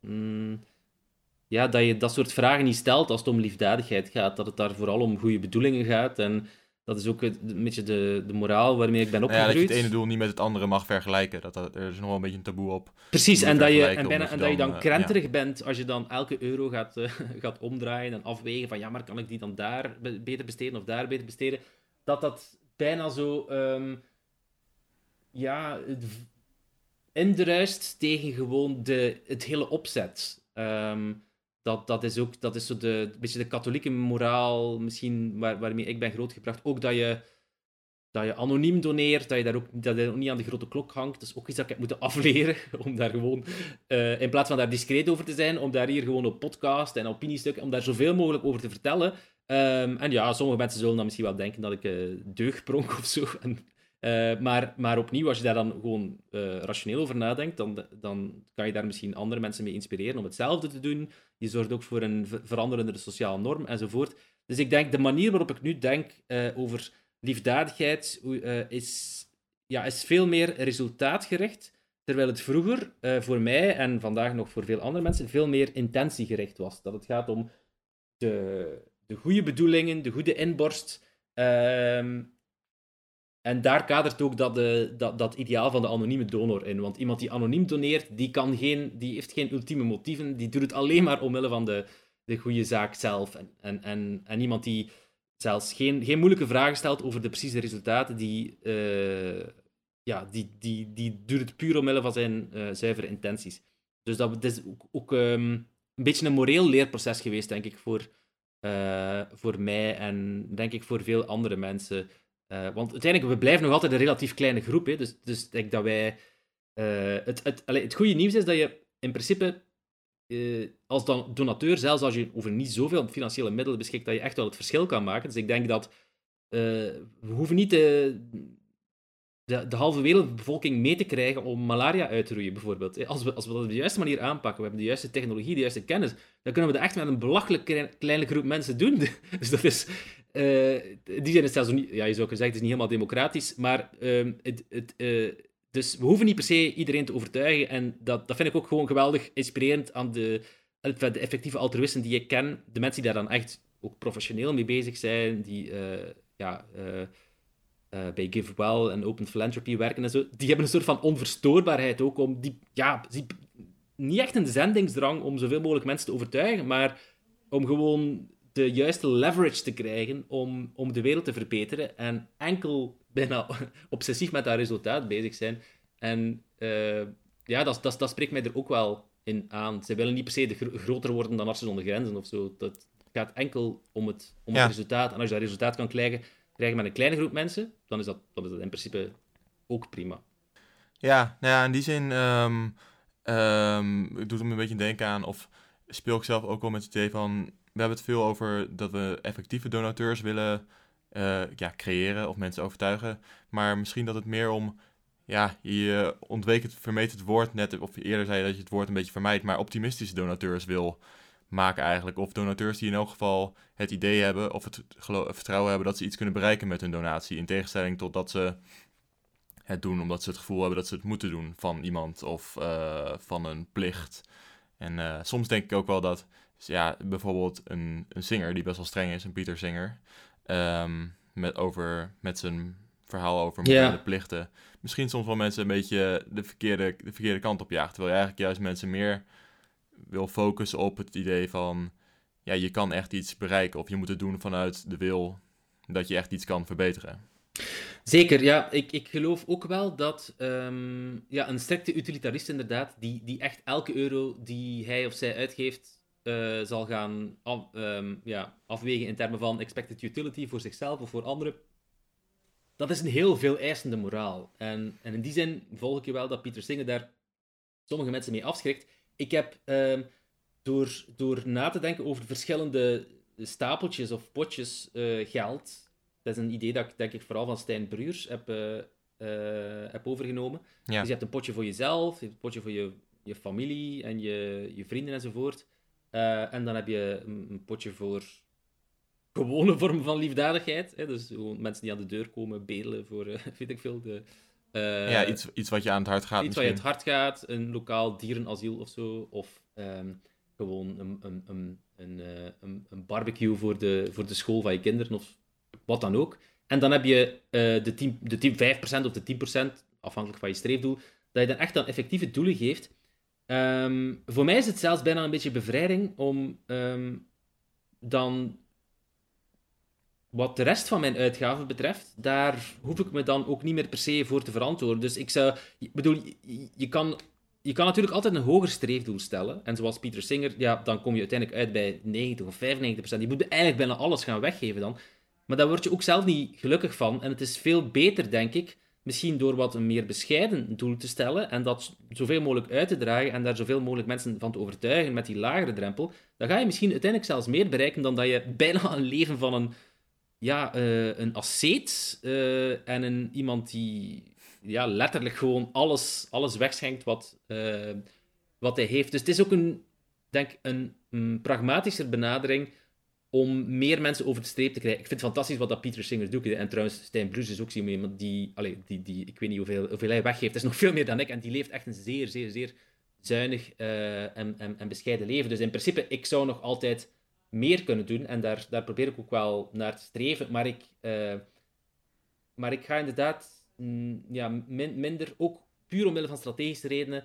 Speaker 1: dat je dat soort vragen niet stelt als het om liefdadigheid gaat. Dat het daar vooral om goede bedoelingen gaat. En dat is ook een beetje de moraal waarmee ik ben opgegroeid.
Speaker 2: Dat je het ene doel niet met het andere mag vergelijken. Er is nog wel een beetje een taboe op.
Speaker 1: Precies, en dat je dan krenterig bent als je dan elke euro gaat omdraaien en afwegen van maar kan ik die dan daar beter besteden of daar beter besteden. Dat bijna zo indruist tegen gewoon het hele opzet. Dat is zo een beetje de katholieke moraal, misschien waarmee ik ben grootgebracht. Ook dat je anoniem doneert, dat je ook niet aan de grote klok hangt. Dat is ook iets dat ik heb moeten afleren, om daar gewoon, in plaats van daar discreet over te zijn, om daar hier gewoon op podcast en opiniestukken, om daar zoveel mogelijk over te vertellen. Sommige mensen zullen dan misschien wel denken dat ik deugd pronk of zo. Maar opnieuw, als je daar dan gewoon rationeel over nadenkt, dan kan je daar misschien andere mensen mee inspireren om hetzelfde te doen. Je zorgt ook voor een veranderende sociale norm enzovoort. Dus ik denk, de manier waarop ik nu denk over liefdadigheid is veel meer resultaatgericht, terwijl het vroeger voor mij en vandaag nog voor veel andere mensen veel meer intentiegericht was. Dat het gaat om de goede bedoelingen, de goede inborst. En daar kadert ook dat ideaal van de anonieme donor in. Want iemand die anoniem doneert, die heeft geen ultieme motieven. Die doet het alleen maar omwille van de goede zaak zelf. En iemand die zelfs geen moeilijke vragen stelt over de precieze resultaten, die doet het puur omwille van zijn zuivere intenties. Dus dat is ook een beetje een moreel leerproces geweest, denk ik, voor mij en denk ik voor veel andere mensen. Want uiteindelijk, we blijven nog altijd een relatief kleine groep. Hè? Dus ik denk dat wij... het goede nieuws is dat je in principe als donateur, zelfs als je over niet zoveel financiële middelen beschikt, dat je echt wel het verschil kan maken. Dus ik denk dat we hoeven niet de halve wereldbevolking mee te krijgen om malaria uit te roeien, bijvoorbeeld. Als we dat op de juiste manier aanpakken, we hebben de juiste technologie, de juiste kennis, dan kunnen we dat echt met een belachelijk kleine groep mensen doen. Dus dat is... die zijn het zelfs niet... Ja, je zou kunnen zeggen, het is niet helemaal democratisch, maar dus we hoeven niet per se iedereen te overtuigen. En dat vind ik ook gewoon geweldig inspirerend aan de effectieve altruïsten die ik ken. De mensen die daar dan echt ook professioneel mee bezig zijn, die bij GiveWell en Open Philanthropy werken en zo. Die hebben een soort van onverstoorbaarheid ook om niet echt een zendingsdrang om zoveel mogelijk mensen te overtuigen, maar om gewoon de juiste leverage te krijgen om de wereld te verbeteren en enkel bijna obsessief met dat resultaat bezig zijn. En dat spreekt mij er ook wel in aan. Ze willen niet per se groter worden dan Artsen zonder Grenzen of zo. Dat gaat enkel om het resultaat. En als je dat resultaat kan krijgen met een kleine groep mensen, dan is dat in principe ook prima.
Speaker 2: Ja, in die zin doet het me een beetje denken aan of speel ik zelf ook wel met het idee van... We hebben het veel over dat we effectieve donateurs willen creëren of mensen overtuigen. Maar misschien dat het meer om... Ja, je vermeed het woord net, of eerder zei je dat je het woord een beetje vermijdt, maar optimistische donateurs wil maken eigenlijk. Of donateurs die in elk geval het idee hebben of het vertrouwen hebben dat ze iets kunnen bereiken met hun donatie. In tegenstelling tot dat ze het doen omdat ze het gevoel hebben dat ze het moeten doen van iemand of van een plicht. En soms denk ik ook wel dat bijvoorbeeld een zanger die best wel streng is, een Pieter Singer, met zijn verhaal over morele plichten, misschien soms wel mensen een beetje de verkeerde kant op jaagt. Terwijl je eigenlijk juist mensen meer wil focussen op het idee van... Ja, je kan echt iets bereiken of je moet het doen vanuit de wil dat je echt iets kan verbeteren.
Speaker 1: Zeker, ja. Ik geloof ook wel dat een strikte utilitarist inderdaad, die echt elke euro die hij of zij uitgeeft, zal gaan afwegen in termen van expected utility voor zichzelf of voor anderen. Dat is een heel veel eisende moraal. En in die zin volg ik je wel dat Pieter Singer daar sommige mensen mee afschrikt. Ik heb door na te denken over verschillende stapeltjes of potjes geld. Dat is een idee dat ik denk ik vooral van Stijn Bruurs heb overgenomen.
Speaker 2: Ja.
Speaker 1: Dus je hebt een potje voor jezelf, je hebt een potje voor je familie en je vrienden enzovoort. En dan heb je een potje voor gewone vormen van liefdadigheid. Hè? Dus gewoon mensen die aan de deur komen bedelen voor, weet ik veel.
Speaker 2: Iets wat je aan het hart gaat.
Speaker 1: Iets wat je aan het hart gaat, een lokaal dierenasiel of zo. Of gewoon een barbecue voor de school van je kinderen of wat dan ook. En dan heb je de 5% of de 10%, afhankelijk van je streefdoel, dat je dan echt aan effectieve doelen geeft. Voor mij is het zelfs bijna een beetje bevrijding om dan... Wat de rest van mijn uitgaven betreft, daar hoef ik me dan ook niet meer per se voor te verantwoorden. Dus je kan natuurlijk altijd een hoger streefdoel stellen. En zoals Pieter Singer, dan kom je uiteindelijk uit bij 90 of 95%. Je moet eigenlijk bijna alles gaan weggeven dan. Maar daar word je ook zelf niet gelukkig van. En het is veel beter, denk ik, misschien door wat een meer bescheiden doel te stellen en dat zoveel mogelijk uit te dragen en daar zoveel mogelijk mensen van te overtuigen met die lagere drempel. Dan ga je misschien uiteindelijk zelfs meer bereiken dan dat je bijna een leven van een asceet en iemand die letterlijk gewoon alles wegschenkt wat hij heeft. Dus het is ook een pragmatischer benadering om meer mensen over de streep te krijgen. Ik vind het fantastisch wat dat Pieter Singer doet. En trouwens, Stijn Bruus is ook zo iemand die ik weet niet hoeveel hij weggeeft. Dat is nog veel meer dan ik. En die leeft echt een zeer, zeer, zeer zuinig en bescheiden leven. Dus in principe, ik zou nog altijd meer kunnen doen. En daar probeer ik ook wel naar te streven. Maar ik ga inderdaad minder, ook puur omwille van strategische redenen...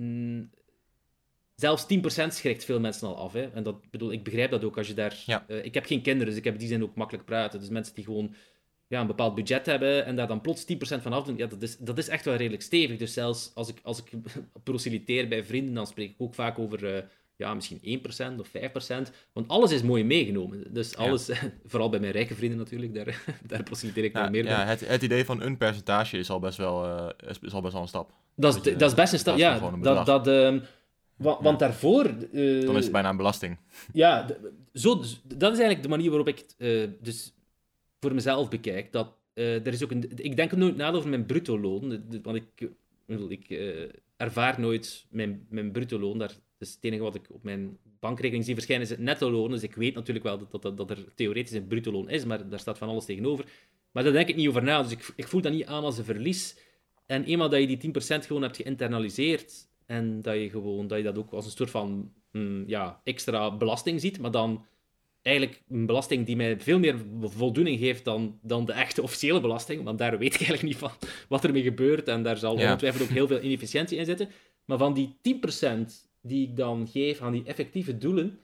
Speaker 1: Zelfs 10% schrikt veel mensen al af. Hè? En ik begrijp dat ook als je daar...
Speaker 2: Ja.
Speaker 1: Ik heb geen kinderen, dus ik heb in die zin ook makkelijk praten. Dus mensen die gewoon een bepaald budget hebben en daar dan plots 10% van afdoen, dat is echt wel redelijk stevig. Dus zelfs als ik proselyteer bij vrienden, dan spreek ik ook vaak over misschien 1% of 5%. Want alles is mooi meegenomen. Dus alles, vooral bij mijn rijke vrienden natuurlijk, daar proselyteer ik wel meer bij.
Speaker 2: Het idee van een percentage is al best wel een stap.
Speaker 1: Dat is best een stap, ja. Want daarvoor...
Speaker 2: dan is het bijna een belasting.
Speaker 1: Ja, dat is eigenlijk de manier waarop ik het dus voor mezelf bekijk. Dat, er is ook ik denk nooit na over mijn bruto loon, want ik ervaar nooit mijn bruto loon. Dat is het enige wat ik op mijn bankrekening zie verschijnen, is het netto loon. Dus ik weet natuurlijk wel dat er theoretisch een bruto loon is, maar daar staat van alles tegenover. Maar daar denk ik niet over na, dus ik voel dat niet aan als een verlies. En eenmaal dat je die 10% gewoon hebt geïnternaliseerd... En dat je dat ook als een soort van extra belasting ziet, maar dan eigenlijk een belasting die mij veel meer voldoening geeft dan de echte officiële belasting, want daar weet ik eigenlijk niet van wat ermee gebeurt en daar zal ongetwijfeld ook heel veel inefficiëntie in zitten. Maar van die 10% die ik dan geef aan die effectieve doelen,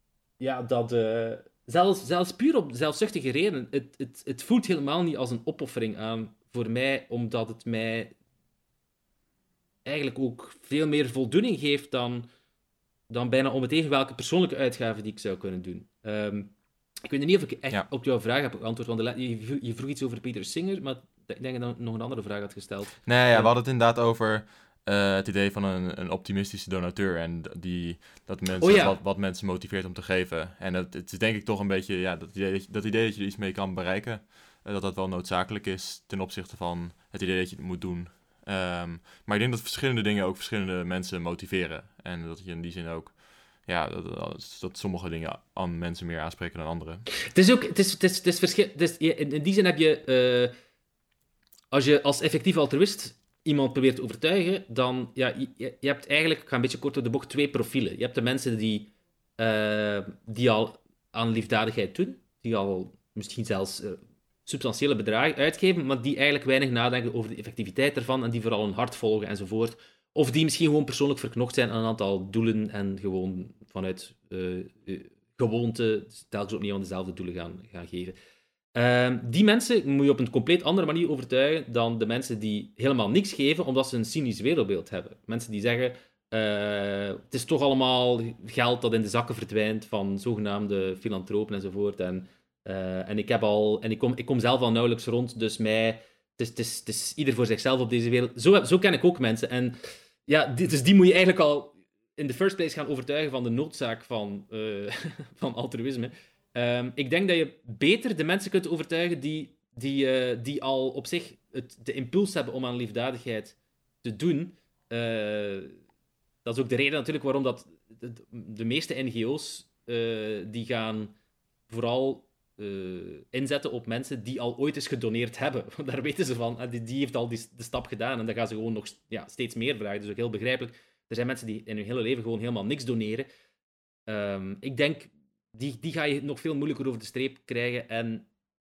Speaker 1: zelfs puur op zelfzuchtige redenen, het voelt helemaal niet als een opoffering aan voor mij, omdat het mij eigenlijk ook veel meer voldoening geeft dan bijna om het even welke persoonlijke uitgaven die ik zou kunnen doen. Ik weet niet of ik echt op jouw vraag heb geantwoord, want je vroeg iets over Pieter Singer, maar ik denk dat je nog een andere vraag had gesteld.
Speaker 2: Nee, we hadden het inderdaad over het idee van een optimistische donateur en dat mensen, wat mensen motiveert om te geven. En het is denk ik toch een beetje, dat idee dat je er iets mee kan bereiken, dat wel noodzakelijk is ten opzichte van het idee dat je het moet doen. Maar ik denk dat verschillende dingen ook verschillende mensen motiveren. En dat je in die zin ook, dat sommige dingen aan mensen meer aanspreken dan andere.
Speaker 1: Het is verschil. In die zin heb je, als je als effectief altruïst iemand probeert te overtuigen, dan, je hebt eigenlijk, ik ga een beetje kort door de bocht, 2 profielen. Je hebt de mensen die al aan liefdadigheid doen, die al misschien zelfs substantiële bedragen uitgeven, maar die eigenlijk weinig nadenken over de effectiviteit ervan en die vooral hun hart volgen enzovoort. Of die misschien gewoon persoonlijk verknocht zijn aan een aantal doelen en gewoon vanuit gewoonte telkens opnieuw aan dezelfde doelen gaan geven. Die mensen moet je op een compleet andere manier overtuigen dan de mensen die helemaal niks geven, omdat ze een cynisch wereldbeeld hebben. Mensen die zeggen, het is toch allemaal geld dat in de zakken verdwijnt van zogenaamde filantropen enzovoort. En ik kom zelf al nauwelijks rond, dus het is ieder voor zichzelf op deze wereld. Zo ken ik ook mensen. En dus die moet je eigenlijk al in the first place gaan overtuigen van de noodzaak van altruïsme. Ik denk dat je beter de mensen kunt overtuigen die al op zich de impuls hebben om aan liefdadigheid te doen. Dat is ook de reden natuurlijk waarom dat de meeste NGO's die gaan vooral inzetten op mensen die al ooit eens gedoneerd hebben. Want daar weten ze van, die heeft al de stap gedaan en dan gaan ze gewoon nog steeds meer vragen. Dat is ook heel begrijpelijk. Er zijn mensen die in hun hele leven gewoon helemaal niks doneren. Ik denk, die ga je nog veel moeilijker over de streep krijgen. En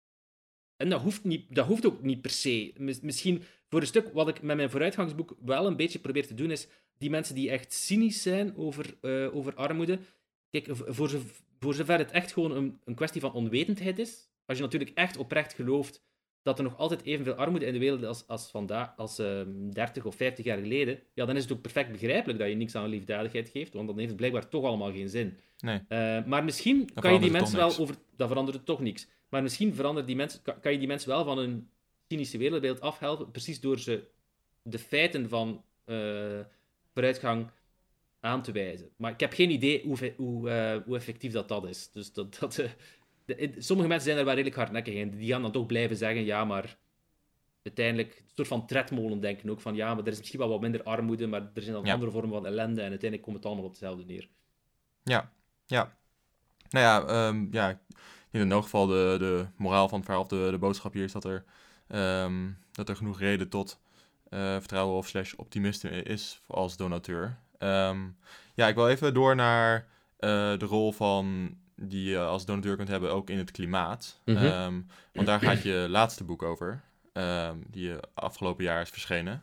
Speaker 1: dat hoeft ook niet per se. Misschien voor een stuk, wat ik met mijn vooruitgangsboek wel een beetje probeer te doen, is die mensen die echt cynisch zijn over armoede. Kijk, voor zover het echt gewoon een kwestie van onwetendheid is, als je natuurlijk echt oprecht gelooft dat er nog altijd evenveel armoede in de wereld is als 30 of 50 jaar geleden, dan is het ook perfect begrijpelijk dat je niks aan liefdadigheid geeft, want dan heeft het blijkbaar toch allemaal geen zin.
Speaker 2: Nee.
Speaker 1: Maar misschien kan je die mensen wel over... Dat verandert toch niks. Maar misschien kan je die mensen wel van hun cynische wereldbeeld afhelpen, precies door ze de feiten van vooruitgang aan te wijzen. Maar ik heb geen idee hoe effectief dat is. Dus sommige mensen zijn er wel redelijk hardnekkig in. Die gaan dan toch blijven zeggen, ja, maar uiteindelijk een soort van tredmolen denken ook van, ja, maar er is misschien wel wat minder armoede, maar er zijn dan andere vormen van ellende en uiteindelijk komt het allemaal op hetzelfde neer.
Speaker 2: Ja. Nou ja, in elk geval de moraal van het verhaal, of de boodschap hier is dat er genoeg reden tot vertrouwen of /optimisme is als donateur. Ik wil even door naar de rol van die je als donateur kunt hebben ook in het klimaat.
Speaker 1: Mm-hmm.
Speaker 2: Want daar gaat je laatste boek over, die afgelopen jaar is verschenen.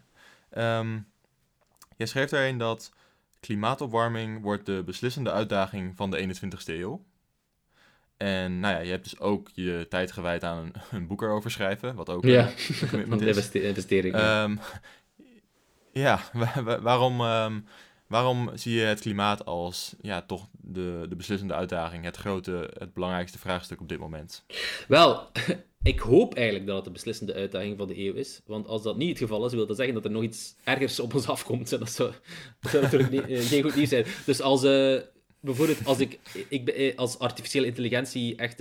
Speaker 2: Jij schreef daarin dat klimaatopwarming wordt de beslissende uitdaging van de 21ste eeuw. En je hebt dus ook je tijd gewijd aan een boek erover schrijven, wat ook een commitment is.
Speaker 1: Investering.
Speaker 2: Waarom zie je het klimaat als toch de beslissende uitdaging, het belangrijkste vraagstuk op dit moment?
Speaker 1: Wel, ik hoop eigenlijk dat het de beslissende uitdaging van de eeuw is. Want als dat niet het geval is, wil dat zeggen dat er nog iets ergers op ons afkomt. En dat zou natuurlijk geen goed nieuws zijn. Dus bijvoorbeeld als ik als artificiële intelligentie echt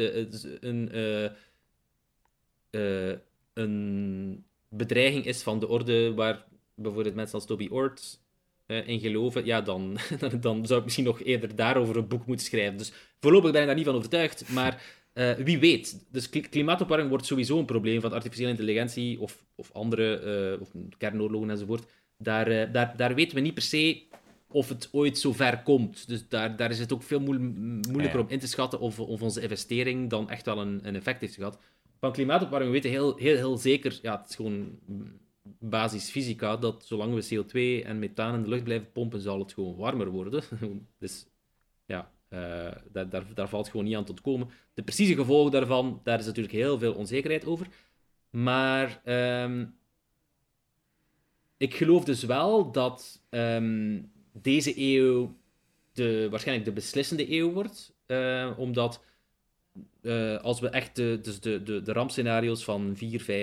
Speaker 1: een bedreiging is van de orde waar bijvoorbeeld mensen als Toby Ord in geloven, dan zou ik misschien nog eerder daarover een boek moeten schrijven. Dus voorlopig ben ik daar niet van overtuigd, maar wie weet. Dus klimaatopwarming wordt sowieso een probleem van artificiële intelligentie of andere, of kernoorlogen enzovoort. Daar weten we niet per se of het ooit zo ver komt. Dus daar is het ook veel moeilijker om in te schatten of onze investering dan echt wel een effect heeft gehad. Van klimaatopwarming weten we heel zeker, het is gewoon basisfysica, dat zolang we CO2 en methaan in de lucht blijven pompen, zal het gewoon warmer worden. Dus daar valt gewoon niet aan te ontkomen. De precieze gevolgen daarvan, daar is natuurlijk heel veel onzekerheid over. Maar ik geloof dus wel dat deze eeuw waarschijnlijk de beslissende eeuw wordt. Omdat als we echt de rampscenario's van 4, 5,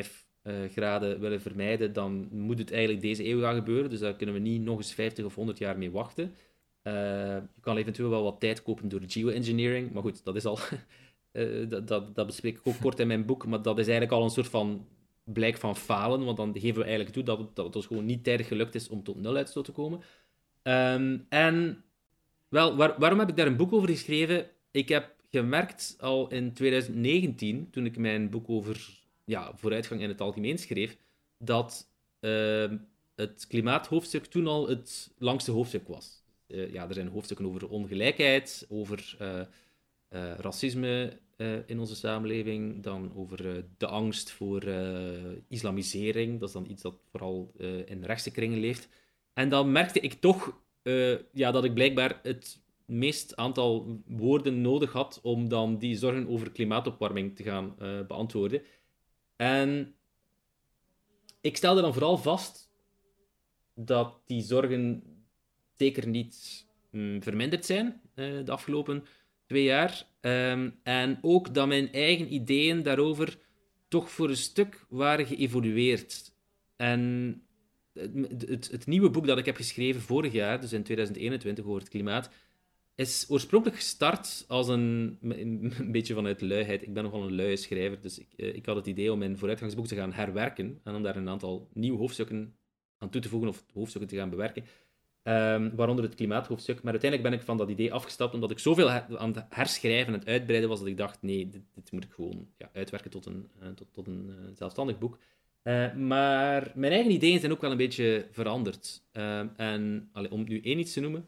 Speaker 1: graden willen vermijden, dan moet het eigenlijk deze eeuw gaan gebeuren. Dus daar kunnen we niet nog eens 50 of 100 jaar mee wachten. Je kan eventueel wel wat tijd kopen door geoengineering, maar goed, dat is al... dat bespreek ik ook kort in mijn boek, maar dat is eigenlijk al een soort van blijk van falen, want dan geven we eigenlijk toe dat het ons gewoon niet tijdig gelukt is om tot nuluitstoot te komen. En wel, waarom heb ik daar een boek over geschreven? Ik heb gemerkt al in 2019, toen ik mijn boek over vooruitgang in het algemeen schreef, dat het klimaathoofdstuk toen al het langste hoofdstuk was. Er zijn hoofdstukken over ongelijkheid, over racisme in onze samenleving, dan over de angst voor islamisering. Dat is dan iets dat vooral in rechtse kringen leeft. En dan merkte ik toch dat ik blijkbaar het meest aantal woorden nodig had om dan die zorgen over klimaatopwarming te gaan beantwoorden. En ik stelde dan vooral vast dat die zorgen zeker niet verminderd zijn de afgelopen 2 jaar. En ook dat mijn eigen ideeën daarover toch voor een stuk waren geëvolueerd. En het nieuwe boek dat ik heb geschreven vorig jaar, dus in 2021, over het klimaat, is oorspronkelijk gestart als een beetje vanuit luiheid. Ik ben nogal een luie schrijver, dus ik had het idee om mijn vooruitgangsboek te gaan herwerken en om daar een aantal nieuwe hoofdstukken aan toe te voegen of hoofdstukken te gaan bewerken. Waaronder het klimaathoofdstuk. Maar uiteindelijk ben ik van dat idee afgestapt, omdat ik zoveel aan het herschrijven en het uitbreiden was, dat ik dacht, nee, dit moet ik gewoon uitwerken tot een zelfstandig boek. Maar mijn eigen ideeën zijn ook wel een beetje veranderd. Om nu één iets te noemen.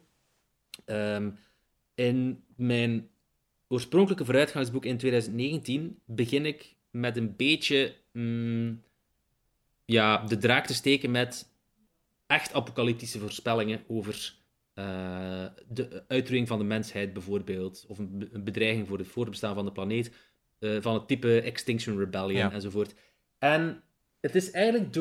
Speaker 1: In mijn oorspronkelijke vooruitgangsboek in 2019 begin ik met een beetje de draak te steken met echt apocalyptische voorspellingen over de uitroeiing van de mensheid bijvoorbeeld, of een bedreiging voor het voortbestaan van de planeet, van het type Extinction Rebellion enzovoort. En het is eigenlijk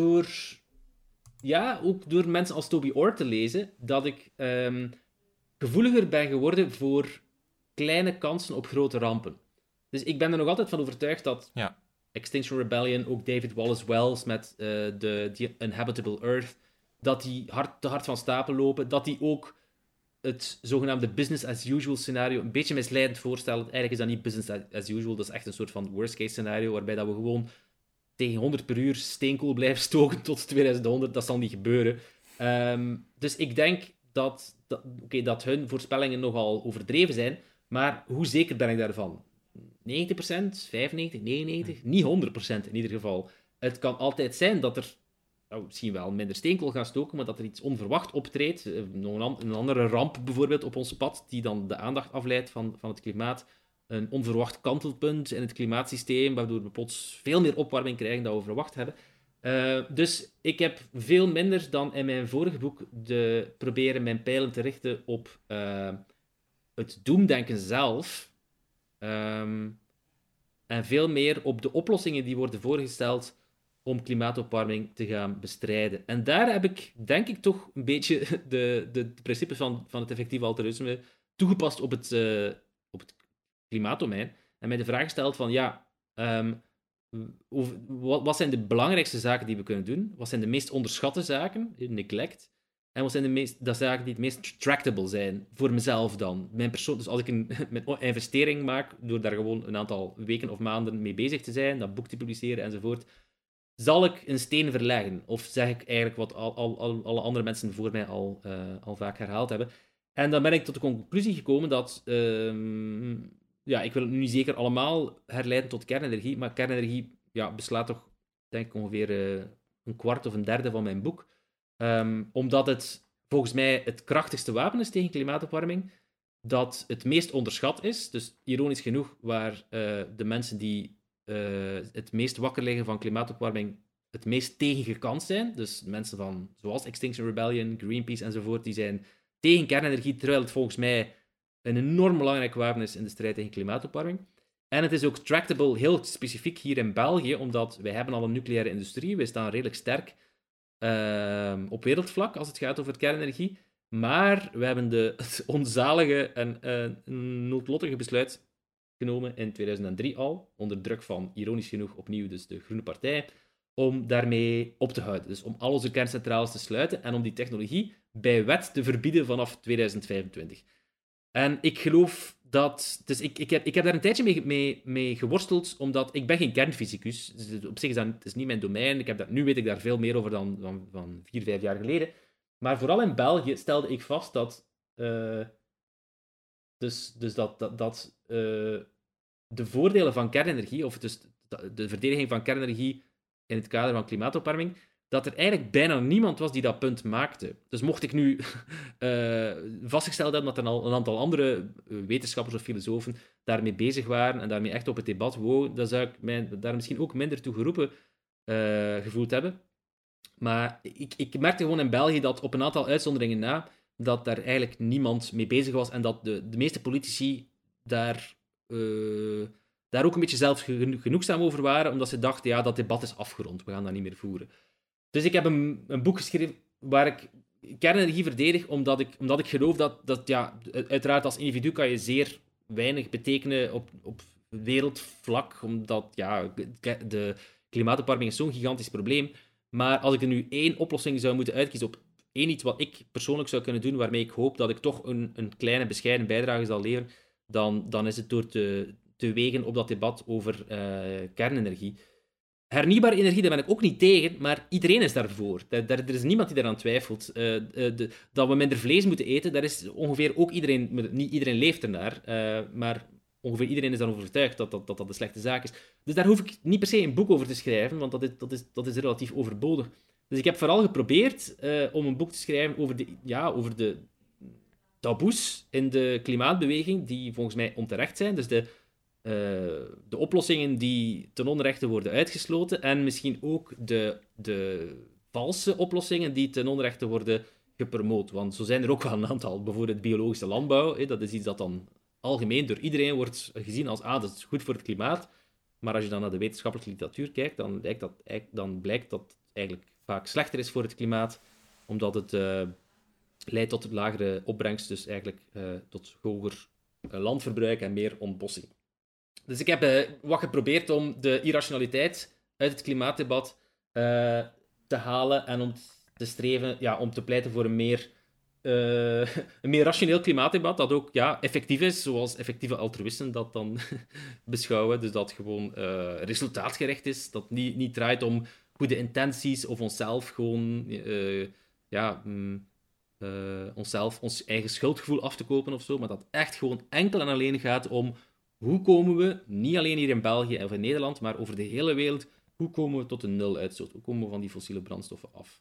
Speaker 1: ook door mensen als Toby Orr te lezen, dat ik gevoeliger ben geworden voor kleine kansen op grote rampen. Dus ik ben er nog altijd van overtuigd dat Extinction Rebellion, ook David Wallace Wells met The Unhabitable Earth, dat die te hard van stapel lopen, dat die ook het zogenaamde business as usual scenario een beetje misleidend voorstellen. Eigenlijk is dat niet business as usual, dat is echt een soort van worst case scenario, waarbij dat we gewoon tegen 100 per uur steenkool blijven stoken tot 2100. Dat zal niet gebeuren. Dus ik denk dat hun voorspellingen nogal overdreven zijn, maar hoe zeker ben ik daarvan? 90%, 95%, 99%, niet 100% in ieder geval. Het kan altijd zijn dat er misschien wel minder steenkool gaan stoken, maar dat er iets onverwacht optreedt. Een andere ramp bijvoorbeeld op ons pad, die dan de aandacht afleidt van het klimaat. Een onverwacht kantelpunt in het klimaatsysteem, waardoor we plots veel meer opwarming krijgen dan we verwacht hebben. Dus ik heb veel minder dan in mijn vorige boek proberen mijn pijlen te richten op het doemdenken zelf. En veel meer op de oplossingen die worden voorgesteld om klimaatopwarming te gaan bestrijden. En daar heb ik, denk ik, toch een beetje de principes van het effectief altruïsme toegepast op het klimaatdomein. En mij de vraag gesteld van, wat zijn de belangrijkste zaken die we kunnen doen? Wat zijn de meest onderschatte zaken? Neglect. En wat zijn de zaken die het meest tractable zijn? Voor mezelf dan. Dus als ik een investering maak, door daar gewoon een aantal weken of maanden mee bezig te zijn, dat boek te publiceren enzovoort, zal ik een steen verleggen? Of zeg ik eigenlijk wat alle andere mensen voor mij al vaak herhaald hebben? En dan ben ik tot de conclusie gekomen dat... ik wil het nu niet zeker allemaal herleiden tot kernenergie, maar kernenergie beslaat toch, denk ik, ongeveer een kwart of een derde van mijn boek. Omdat het volgens mij het krachtigste wapen is tegen klimaatopwarming, dat het meest onderschat is. Dus ironisch genoeg, waar de mensen die het meest wakker liggen van klimaatopwarming het meest tegen gekant zijn, dus mensen zoals Extinction Rebellion, Greenpeace enzovoort, die zijn tegen kernenergie, terwijl het volgens mij een enorm belangrijk wapen is in de strijd tegen klimaatopwarming. En het is ook tractable, heel specifiek hier in België, omdat wij hebben al een nucleaire industrie, wij staan redelijk sterk op wereldvlak als het gaat over kernenergie, maar we hebben het onzalige en noodlottige besluit genomen in 2003 al, onder druk van, ironisch genoeg, opnieuw dus de Groene Partij, om daarmee op te houden. Dus om al onze kerncentrales te sluiten en om die technologie bij wet te verbieden vanaf 2025. En ik geloof dat... Dus ik heb daar een tijdje mee geworsteld, omdat ik ben geen kernfysicus. Dus op zich is dat het is niet mijn domein. Nu weet ik daar veel meer over dan van 4, 5 jaar geleden. Maar vooral in België stelde ik vast dat... de voordelen van kernenergie, of dus de verdediging van kernenergie in het kader van klimaatopwarming, dat er eigenlijk bijna niemand was die dat punt maakte. Dus mocht ik nu vastgesteld hebben dat er al een aantal andere wetenschappers of filosofen daarmee bezig waren en daarmee echt op het debat wouden, dan zou ik mij daar misschien ook minder toe geroepen gevoeld hebben. Maar ik merkte gewoon in België dat op een aantal uitzonderingen na, dat daar eigenlijk niemand mee bezig was en dat de meeste politici daar ook een beetje zelfgenoegzaam over waren, omdat ze dachten, ja, dat debat is afgerond, we gaan dat niet meer voeren. Dus ik heb een boek geschreven waar ik kernenergie verdedig, omdat ik geloof dat ja, uiteraard als individu kan je zeer weinig betekenen op wereldvlak, omdat ja, de klimaatopwarming is zo'n gigantisch probleem. Maar als ik er nu één oplossing zou moeten uitkiezen op één iets wat ik persoonlijk zou kunnen doen, waarmee ik hoop dat ik toch een kleine, bescheiden bijdrage zal leveren, dan is het door te wegen op dat debat over kernenergie. Hernieuwbare energie, daar ben ik ook niet tegen, maar iedereen is daarvoor. Er is niemand die daaraan twijfelt. Dat we minder vlees moeten eten, daar is ongeveer ook iedereen... Niet iedereen leeft ernaar, maar ongeveer iedereen is dan overtuigd dat een slechte zaak is. Dus daar hoef ik niet per se een boek over te schrijven, want dat is relatief overbodig. Dus ik heb vooral geprobeerd om een boek te schrijven over de taboes in de klimaatbeweging, die volgens mij onterecht zijn. Dus de oplossingen die ten onrechte worden uitgesloten en misschien ook de valse oplossingen die ten onrechte worden gepromoot. Want zo zijn er ook wel een aantal. Bijvoorbeeld biologische landbouw. Dat is iets dat dan algemeen door iedereen wordt gezien als dat is goed voor het klimaat. Maar als je dan naar de wetenschappelijke literatuur kijkt, dan blijkt dat het eigenlijk vaak slechter is voor het klimaat, omdat het leidt tot lagere opbrengst, dus eigenlijk tot hoger landverbruik en meer ontbossing. Dus ik heb wat geprobeerd om de irrationaliteit uit het klimaatdebat te halen en om te streven, ja, om te pleiten voor een meer rationeel klimaatdebat dat ook effectief is, zoals effectieve altruïsten dat dan beschouwen. Dus dat gewoon resultaatgericht is, dat niet draait om goede intenties of onszelf gewoon ons eigen schuldgevoel af te kopen of zo, maar dat echt gewoon enkel en alleen gaat om hoe komen we, niet alleen hier in België of in Nederland, maar over de hele wereld, hoe komen we tot een nul-uitstoot? Hoe komen we van die fossiele brandstoffen af?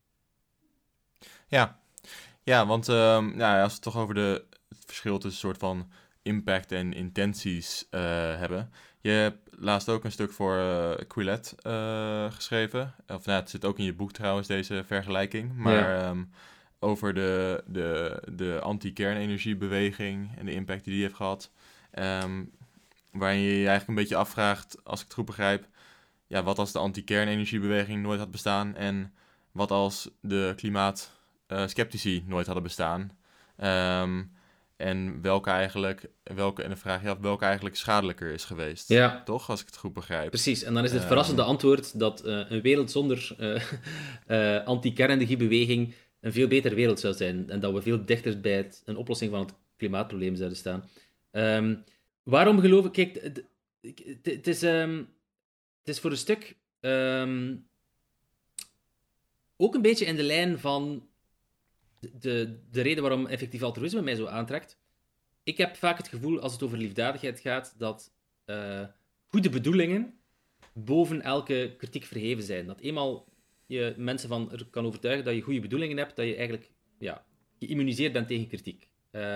Speaker 2: Ja, want als we het toch over het verschil tussen soort van impact en intenties hebben. Je hebt laatst ook een stuk voor Quillette geschreven. Of het zit ook in je boek trouwens, deze vergelijking. Maar over de anti-kernenergiebeweging en de impact die heeft gehad. Waarin je eigenlijk een beetje afvraagt, als ik het goed begrijp, ja, wat als de anti-kernenergiebeweging nooit had bestaan en wat als de klimaatskeptici nooit hadden bestaan. En dan vraag je af welke eigenlijk schadelijker is geweest.
Speaker 1: Ja.
Speaker 2: Toch, als ik het goed begrijp.
Speaker 1: Precies, en dan is het verrassende antwoord dat een wereld zonder anti-kernenergiebeweging een veel betere wereld zou zijn en dat we veel dichter bij een oplossing van het klimaatprobleem zouden staan. Waarom geloof ik... Kijk, het is voor een stuk ook een beetje in de lijn van de reden waarom effectief altruïsme mij zo aantrekt. Ik heb vaak het gevoel, als het over liefdadigheid gaat, dat goede bedoelingen boven elke kritiek verheven zijn. Dat eenmaal je mensen van er kan overtuigen dat je goede bedoelingen hebt, dat je eigenlijk geïmmuniseerd bent tegen kritiek.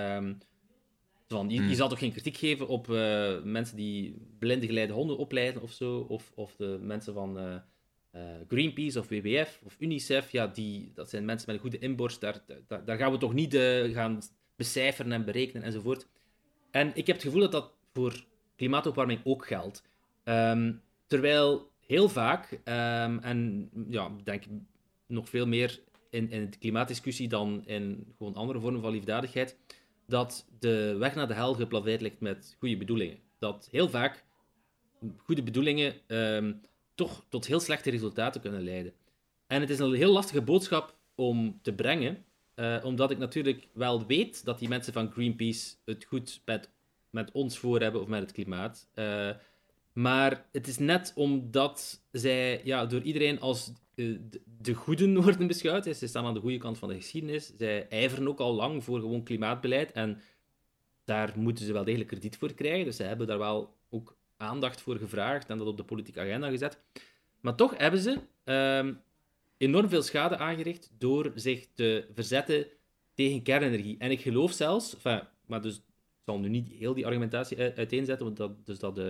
Speaker 1: Je zal toch geen kritiek geven op mensen die blinde geleide honden opleiden of zo, of de mensen van Greenpeace of WWF of UNICEF, dat zijn mensen met een goede inborst, daar gaan we toch niet gaan becijferen en berekenen enzovoort. En ik heb het gevoel dat dat voor klimaatopwarming ook geldt. Terwijl heel vaak, en denk nog veel meer in de klimaatdiscussie dan in gewoon andere vormen van liefdadigheid, dat de weg naar de hel geplaveid ligt met goede bedoelingen. Dat heel vaak goede bedoelingen toch tot heel slechte resultaten kunnen leiden. En het is een heel lastige boodschap om te brengen, omdat ik natuurlijk wel weet dat die mensen van Greenpeace het goed met ons voor hebben of met het klimaat. Maar het is net omdat zij door iedereen als de goeden worden beschouwd. Ze staan aan de goede kant van de geschiedenis. Zij ijveren ook al lang voor gewoon klimaatbeleid. En daar moeten ze wel degelijk krediet voor krijgen. Dus ze hebben daar wel ook aandacht voor gevraagd en dat op de politieke agenda gezet. Maar toch hebben ze enorm veel schade aangericht door zich te verzetten tegen kernenergie. En ik geloof zelfs, maar dus ik zal nu niet heel die argumentatie uiteenzetten, want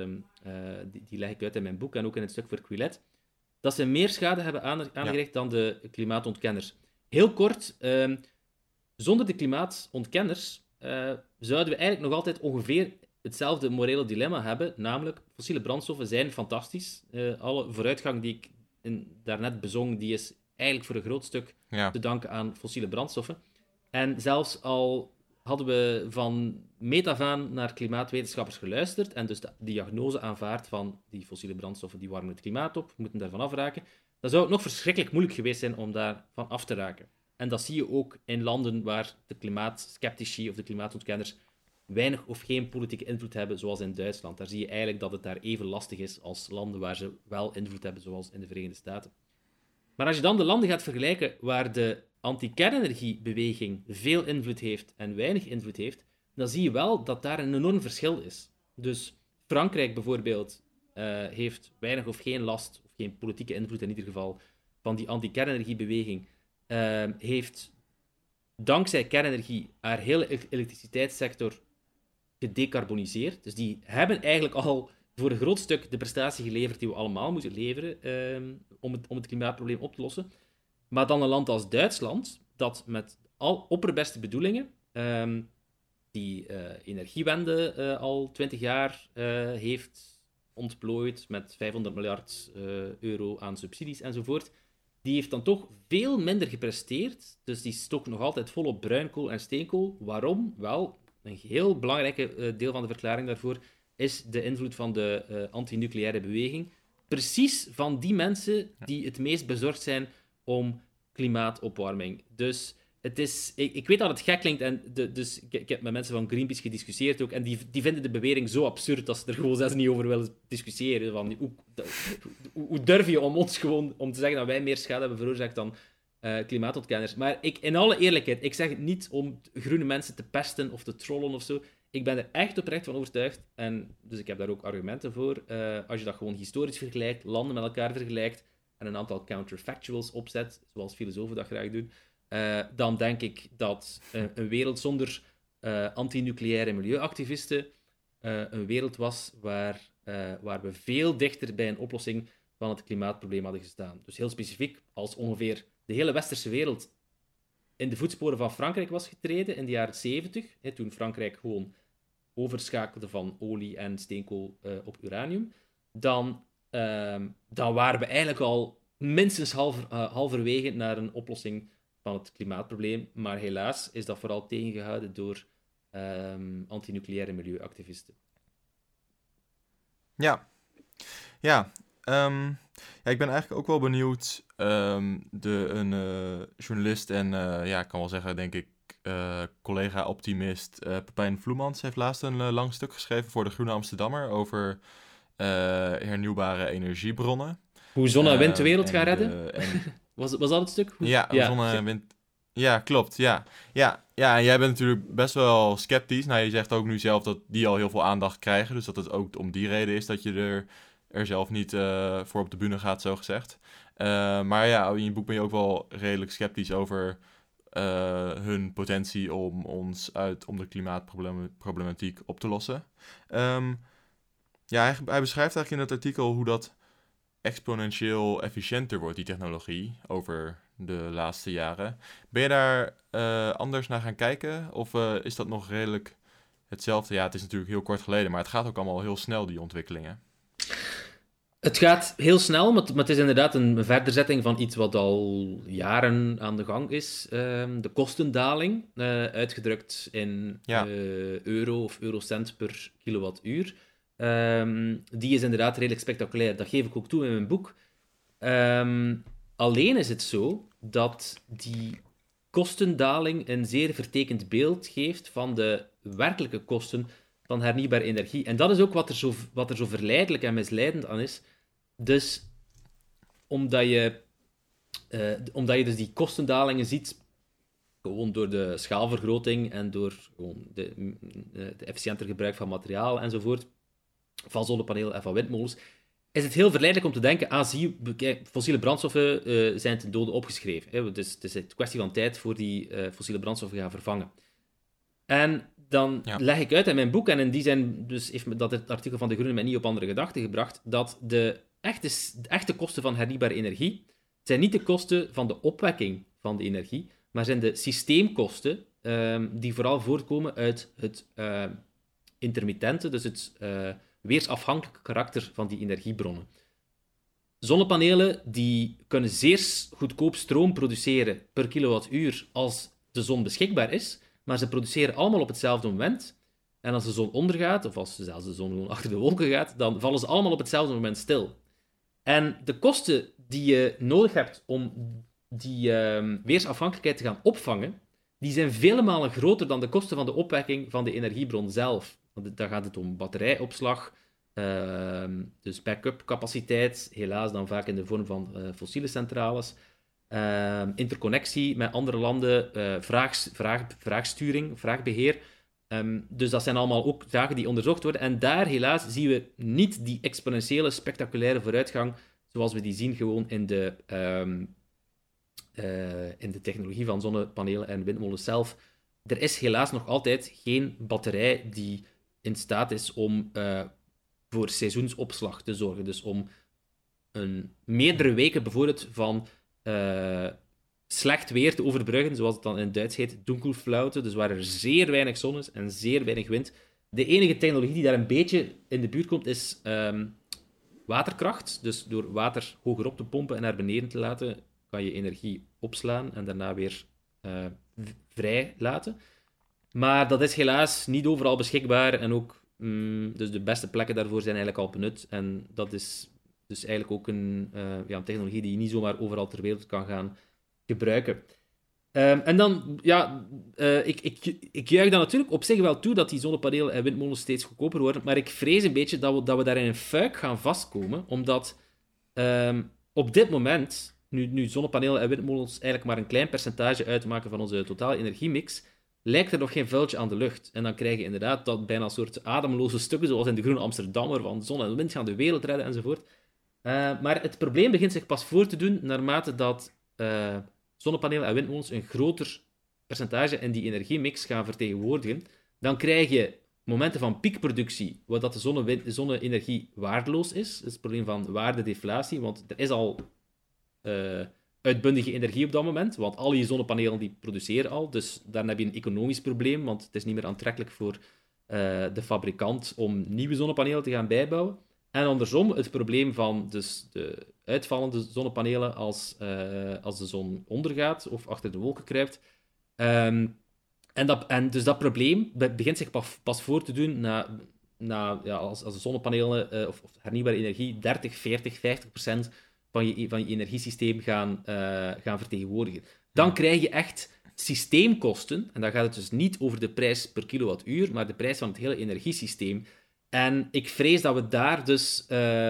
Speaker 1: die leg ik uit in mijn boek en ook in het stuk voor Quillette, dat ze meer schade hebben aangericht dan de klimaatontkenners. Heel kort, zonder de klimaatontkenners zouden we eigenlijk nog altijd ongeveer hetzelfde morele dilemma hebben, namelijk fossiele brandstoffen zijn fantastisch. Alle vooruitgang die ik daarnet bezong, die is eigenlijk voor een groot stuk te danken aan fossiele brandstoffen. En zelfs al hadden we van meet af aan naar klimaatwetenschappers geluisterd en dus de diagnose aanvaard van die fossiele brandstoffen die warmen het klimaat op, we moeten daarvan afraken, dan zou het nog verschrikkelijk moeilijk geweest zijn om daarvan af te raken. En dat zie je ook in landen waar de klimaatskeptici of de klimaatontkenners weinig of geen politieke invloed hebben, zoals in Duitsland. Daar zie je eigenlijk dat het daar even lastig is als landen waar ze wel invloed hebben, zoals in de Verenigde Staten. Maar als je dan de landen gaat vergelijken waar de anti-kernenergiebeweging veel invloed heeft en weinig invloed heeft, dan zie je wel dat daar een enorm verschil is. Dus Frankrijk bijvoorbeeld heeft weinig of geen last, of geen politieke invloed in ieder geval, van die anti-kernenergiebeweging, heeft dankzij kernenergie haar hele elektriciteitssector gedecarboniseerd. Dus die hebben eigenlijk al voor een groot stuk de prestatie geleverd die we allemaal moeten leveren om het klimaatprobleem op te lossen. Maar dan een land als Duitsland, dat met al opperbeste bedoelingen die energiewende al 20 jaar heeft ontplooid met 500 miljard euro aan subsidies enzovoort, die heeft dan toch veel minder gepresteerd. Dus die stokt nog altijd volop bruinkool en steenkool. Waarom? Wel, een heel belangrijk deel van de verklaring daarvoor is de invloed van de anti-nucleaire beweging. Precies van die mensen die het meest bezorgd zijn om klimaatopwarming. Dus het is... Ik weet dat het gek klinkt, en dus ik heb met mensen van Greenpeace gediscussieerd ook, en die vinden de bewering zo absurd dat ze er gewoon zelfs niet over willen discussiëren. Van, hoe durf je om ons gewoon om te zeggen dat wij meer schade hebben veroorzaakt dan klimaatontkenners? Maar in alle eerlijkheid, ik zeg het niet om groene mensen te pesten of te trollen of zo. Ik ben er echt oprecht van overtuigd, en dus ik heb daar ook argumenten voor. Als je dat gewoon historisch vergelijkt, landen met elkaar vergelijkt, en een aantal counterfactuals opzet, zoals filosofen dat graag doen, dan denk ik dat een wereld zonder anti-nucleaire milieuactivisten een wereld was waar we veel dichter bij een oplossing van het klimaatprobleem hadden gestaan. Dus heel specifiek, als ongeveer de hele westerse wereld in de voetsporen van Frankrijk was getreden in de jaren 70, toen Frankrijk gewoon overschakelde van olie en steenkool op uranium, dan waren we eigenlijk al minstens halverwege naar een oplossing van het klimaatprobleem. Maar helaas is dat vooral tegengehouden door anti-nucleaire milieuactivisten.
Speaker 2: Ja, ik ben eigenlijk ook wel benieuwd. Een journalist en, ik kan wel zeggen, denk ik, collega-optimist Pepijn Vloemans heeft laatst een lang stuk geschreven voor de Groene Amsterdammer over hernieuwbare energiebronnen.
Speaker 1: Hoe zon en wind de wereld gaan redden? Was dat het stuk?
Speaker 2: Zon en wind. Ja, klopt. Ja, en jij bent natuurlijk best wel sceptisch. Nou, je zegt ook nu zelf dat die al heel veel aandacht krijgen. Dus dat het ook om die reden is dat je er zelf niet voor op de bühne gaat, zo gezegd. Maar ja, in je boek ben je ook wel redelijk sceptisch over hun potentie om de klimaatproblematiek op te lossen. Hij beschrijft eigenlijk in het artikel hoe dat exponentieel efficiënter wordt, die technologie, over de laatste jaren. Ben je daar anders naar gaan kijken? Of is dat nog redelijk hetzelfde? Ja, het is natuurlijk heel kort geleden, maar het gaat ook allemaal heel snel, die ontwikkelingen.
Speaker 1: Het gaat heel snel, maar het is inderdaad een verderzetting van iets wat al jaren aan de gang is. De kostendaling, uitgedrukt in euro of eurocent per kilowattuur. die is inderdaad redelijk spectaculair. Dat geef ik ook toe in mijn boek. Alleen is het zo dat die kostendaling een zeer vertekend beeld geeft van de werkelijke kosten van hernieuwbare energie. En dat is ook wat er zo verleidelijk en misleidend aan is. Dus omdat je dus die kostendalingen ziet, gewoon door de schaalvergroting en door gewoon de efficiënter gebruik van materiaal enzovoort, van zonnepanelen en van windmolens, is het heel verleidelijk om te denken, zie je, fossiele brandstoffen zijn ten dode opgeschreven. Hè? Dus het is een kwestie van tijd voor die fossiele brandstoffen gaan vervangen. En dan leg ik uit in mijn boek, en in die zin dus heeft dat het artikel van De Groene mij niet op andere gedachten gebracht, dat de echte kosten van hernieuwbare energie zijn niet de kosten van de opwekking van de energie, maar zijn de systeemkosten die vooral voortkomen uit het intermittente, dus het weersafhankelijke karakter van die energiebronnen. Zonnepanelen die kunnen zeer goedkoop stroom produceren per kilowattuur als de zon beschikbaar is, maar ze produceren allemaal op hetzelfde moment. En als de zon ondergaat, of als zelfs de zon gewoon achter de wolken gaat, dan vallen ze allemaal op hetzelfde moment stil. En de kosten die je nodig hebt om die weersafhankelijkheid te gaan opvangen, die zijn vele malen groter dan de kosten van de opwekking van de energiebron zelf. Dan gaat het om batterijopslag, dus backup capaciteit, helaas dan vaak in de vorm van fossiele centrales, interconnectie met andere landen, vraagsturing, vraagbeheer. Dus dat zijn allemaal ook zaken die onderzocht worden. En daar helaas zien we niet die exponentiële, spectaculaire vooruitgang zoals we die zien gewoon in de technologie van zonnepanelen en windmolens zelf. Er is helaas nog altijd geen batterij die in staat is om voor seizoensopslag te zorgen. Dus om meerdere weken bijvoorbeeld van slecht weer te overbruggen, zoals het dan in het Duits heet, Dunkelflaute, dus waar er zeer weinig zon is en zeer weinig wind. De enige technologie die daar een beetje in de buurt komt, is waterkracht. Dus door water hoger op te pompen en naar beneden te laten, kan je energie opslaan en daarna weer vrij laten. Maar dat is helaas niet overal beschikbaar en ook dus de beste plekken daarvoor zijn eigenlijk al benut. En dat is dus eigenlijk ook een technologie die je niet zomaar overal ter wereld kan gaan gebruiken. En dan, ik juich dan natuurlijk op zich wel toe dat die zonnepanelen en windmolens steeds goedkoper worden, maar ik vrees een beetje dat we daar in een fuik gaan vastkomen, omdat op dit moment, nu zonnepanelen en windmolens eigenlijk maar een klein percentage uitmaken van onze totale energiemix, lijkt er nog geen vuiltje aan de lucht. En dan krijg je inderdaad dat bijna een soort ademloze stukken, zoals in de Groene Amsterdammer, van zon en wind gaan de wereld redden enzovoort. Maar het probleem begint zich pas voor te doen naarmate dat zonnepanelen en windmolens een groter percentage in die energiemix gaan vertegenwoordigen. Dan krijg je momenten van piekproductie, waar dat de zonne-energie waardeloos is. Dat is het probleem van waardedeflatie, want er is al uitbundige energie op dat moment, want al je zonnepanelen die produceren al, dus dan heb je een economisch probleem, want het is niet meer aantrekkelijk voor de fabrikant om nieuwe zonnepanelen te gaan bijbouwen. En andersom, het probleem van dus de uitvallende zonnepanelen als de zon ondergaat of achter de wolken kruipt. Dus dat probleem begint zich pas voor te doen als de zonnepanelen of hernieuwbare energie 30, 40, 50% van je energiesysteem gaan vertegenwoordigen. Dan krijg je echt systeemkosten, en dan gaat het dus niet over de prijs per kilowattuur, maar de prijs van het hele energiesysteem. En ik vrees dat we daar dus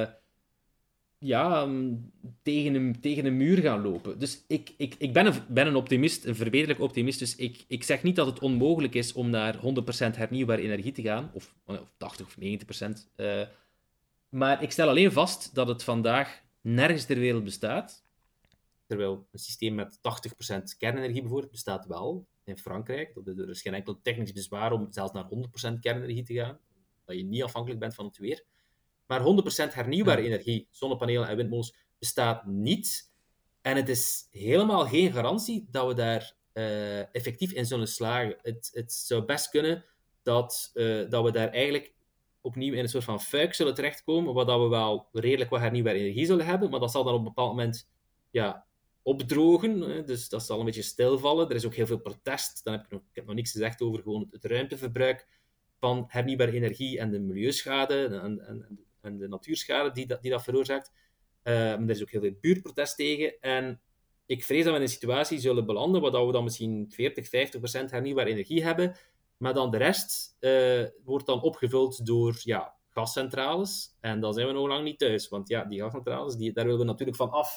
Speaker 1: tegen een muur gaan lopen. Dus ik ben een optimist, een verbeterlijk optimist, dus ik zeg niet dat het onmogelijk is om naar 100% hernieuwbare energie te gaan, of 80 of 90%. Maar ik stel alleen vast dat het vandaag nergens ter wereld bestaat. Terwijl een systeem met 80% kernenergie bijvoorbeeld bestaat wel in Frankrijk. Er is geen enkel technisch bezwaar om zelfs naar 100% kernenergie te gaan. Dat je niet afhankelijk bent van het weer. Maar 100% hernieuwbare energie, zonnepanelen en windmolens, bestaat niet. En het is helemaal geen garantie dat we daar effectief in zullen slagen. Het zou best kunnen dat we daar eigenlijk opnieuw in een soort van fuik zullen terechtkomen, waar we wel redelijk wat hernieuwbare energie zullen hebben, maar dat zal dan op een bepaald moment opdrogen. Dus dat zal een beetje stilvallen. Er is ook heel veel protest. Ik heb nog niks gezegd over gewoon het ruimteverbruik. van hernieuwbare energie en de milieuschade en de natuurschade die dat veroorzaakt. Er is ook heel veel buurtprotest tegen. En ik vrees dat we in een situatie zullen belanden waar we dan misschien 40-50% hernieuwbare energie hebben, maar dan de rest wordt dan opgevuld door gascentrales. En dan zijn we nog lang niet thuis. Want die gascentrales, daar willen we natuurlijk van af.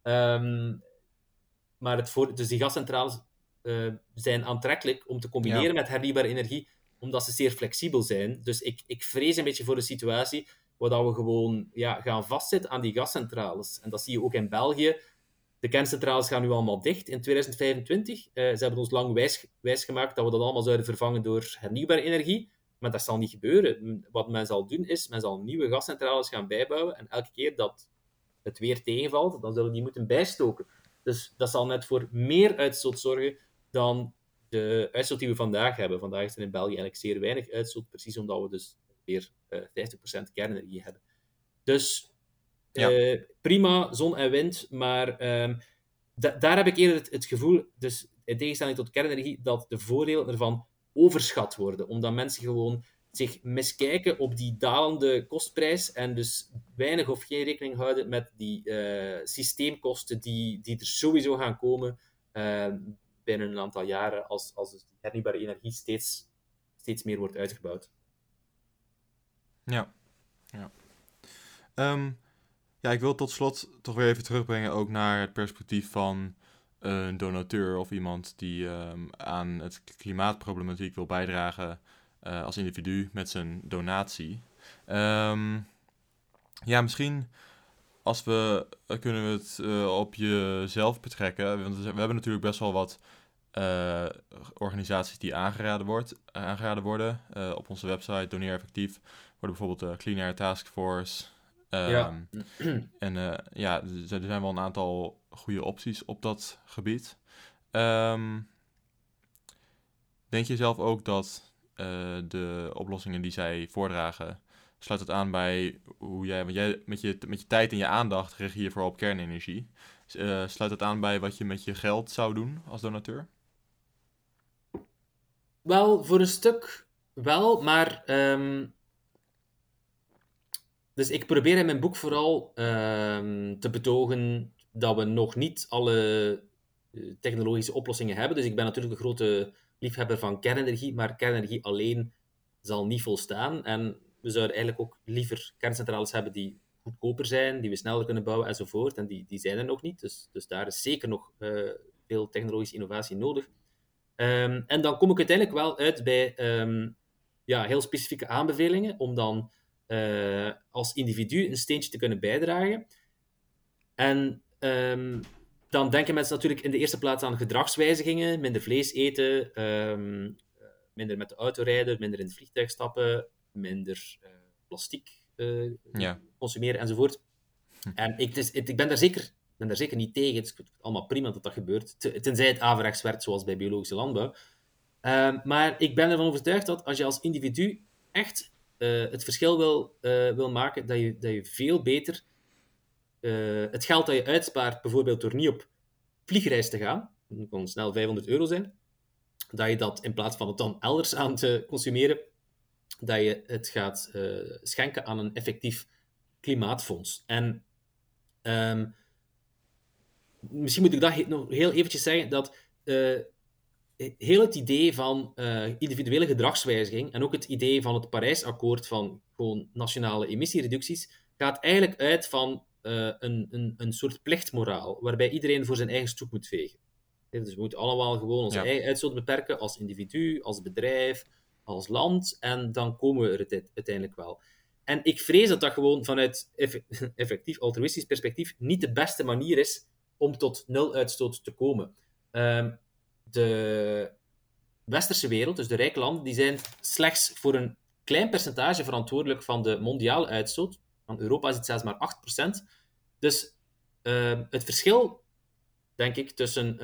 Speaker 1: Dus die gascentrales zijn aantrekkelijk om te combineren met hernieuwbare energie, omdat ze zeer flexibel zijn. Dus ik vrees een beetje voor een situatie waar we gewoon gaan vastzitten aan die gascentrales. En dat zie je ook in België. De kerncentrales gaan nu allemaal dicht in 2025. Ze hebben ons lang wijsgemaakt dat we dat allemaal zouden vervangen door hernieuwbare energie. Maar dat zal niet gebeuren. Wat men zal doen, is men zal nieuwe gascentrales gaan bijbouwen. En elke keer dat het weer tegenvalt, dan zullen we die moeten bijstoken. Dus dat zal net voor meer uitstoot zorgen dan de uitstoot die we vandaag hebben. Vandaag is er in België eigenlijk zeer weinig uitstoot, precies omdat we dus weer 50% kernenergie hebben. Dus prima, zon en wind, maar daar heb ik eerder het gevoel, dus in tegenstelling tot kernenergie, dat de voordelen ervan overschat worden, omdat mensen gewoon zich miskijken op die dalende kostprijs en dus weinig of geen rekening houden met die systeemkosten die er sowieso gaan komen binnen een aantal jaren als dus die hernieuwbare energie steeds meer wordt uitgebouwd.
Speaker 2: Ja. Ik wil tot slot toch weer even terugbrengen ook naar het perspectief van een donateur of iemand die aan het klimaatproblematiek wil bijdragen als individu met zijn donatie. Misschien kunnen we het op jezelf betrekken. Want we hebben natuurlijk best wel wat organisaties die aangeraden worden. Op onze website Doneer Effectief worden bijvoorbeeld de Clean Air Task Force. En er zijn wel een aantal goede opties op dat gebied. Denk je zelf ook dat de oplossingen die zij voordragen, sluit het aan bij hoe jij met je tijd en je aandacht richt je vooral op kernenergie. Sluit het aan bij wat je met je geld zou doen als donateur?
Speaker 1: Wel, voor een stuk wel, maar dus ik probeer in mijn boek vooral te betogen dat we nog niet alle technologische oplossingen hebben. Dus ik ben natuurlijk een grote liefhebber van kernenergie, maar kernenergie alleen zal niet volstaan. En we zouden eigenlijk ook liever kerncentrales hebben die goedkoper zijn, die we sneller kunnen bouwen enzovoort. En die zijn er nog niet. Dus daar is zeker nog veel technologische innovatie nodig. En dan kom ik uiteindelijk wel uit bij heel specifieke aanbevelingen om dan als individu een steentje te kunnen bijdragen. En dan denken mensen natuurlijk in de eerste plaats aan gedragswijzigingen, minder vlees eten, minder met de auto rijden, minder in het vliegtuig stappen, minder plastic consumeren enzovoort. En ik ben daar zeker niet tegen. Het is allemaal prima dat dat gebeurt, tenzij het averechts werkt, zoals bij biologische landbouw. Maar ik ben ervan overtuigd dat als je als individu echt het verschil wil maken, dat je veel beter het geld dat je uitspaart, bijvoorbeeld door niet op vliegreis te gaan, dat kan snel €500 zijn, dat je dat in plaats van het dan elders aan te consumeren, dat je het gaat schenken aan een effectief klimaatfonds. En misschien moet ik dat nog heel eventjes zeggen, dat heel het idee van individuele gedragswijziging en ook het idee van het Parijsakkoord van gewoon nationale emissiereducties gaat eigenlijk uit van een soort plichtmoraal, waarbij iedereen voor zijn eigen stoep moet vegen. Dus we moeten allemaal gewoon onze eigen uitstoot beperken, als individu, als bedrijf, als land, en dan komen we er uiteindelijk wel. En ik vrees dat dat gewoon vanuit effectief altruïstisch perspectief niet de beste manier is om tot nul uitstoot te komen. De westerse wereld, dus de rijke landen, die zijn slechts voor een klein percentage verantwoordelijk van de mondiale uitstoot. Van Europa is het zelfs maar 8%. Dus het verschil, denk ik, tussen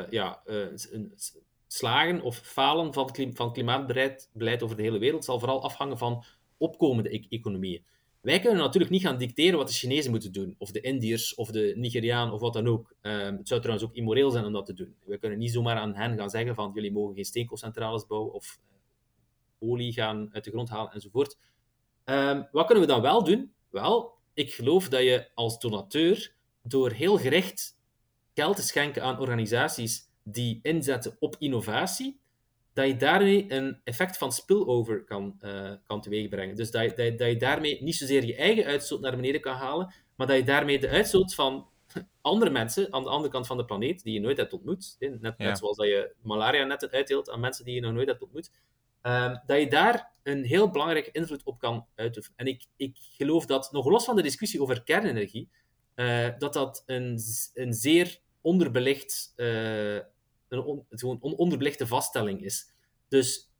Speaker 1: slagen of falen van klimaatbeleid over de hele wereld zal vooral afhangen van opkomende economieën. Wij kunnen natuurlijk niet gaan dicteren wat de Chinezen moeten doen, of de Indiërs, of de Nigeriaan, of wat dan ook. Het zou trouwens ook immoreel zijn om dat te doen. We kunnen niet zomaar aan hen gaan zeggen van jullie mogen geen steenkoolcentrales bouwen, of olie gaan uit de grond halen enzovoort. Wat kunnen we dan wel doen? Wel, ik geloof dat je als donateur, door heel gericht geld te schenken aan organisaties die inzetten op innovatie, dat je daarmee een effect van spillover kan teweegbrengen. Dus dat je daarmee niet zozeer je eigen uitstoot naar beneden kan halen, maar dat je daarmee de uitstoot van andere mensen aan de andere kant van de planeet, die je nooit hebt ontmoet, net zoals dat je malaria-netten uitdeelt aan mensen die je nog nooit hebt ontmoet, dat je daar een heel belangrijke invloed op kan uitoefenen. En ik geloof dat, nog los van de discussie over kernenergie, dat een zeer onderbelicht, een onderbelichte vaststelling is. Dus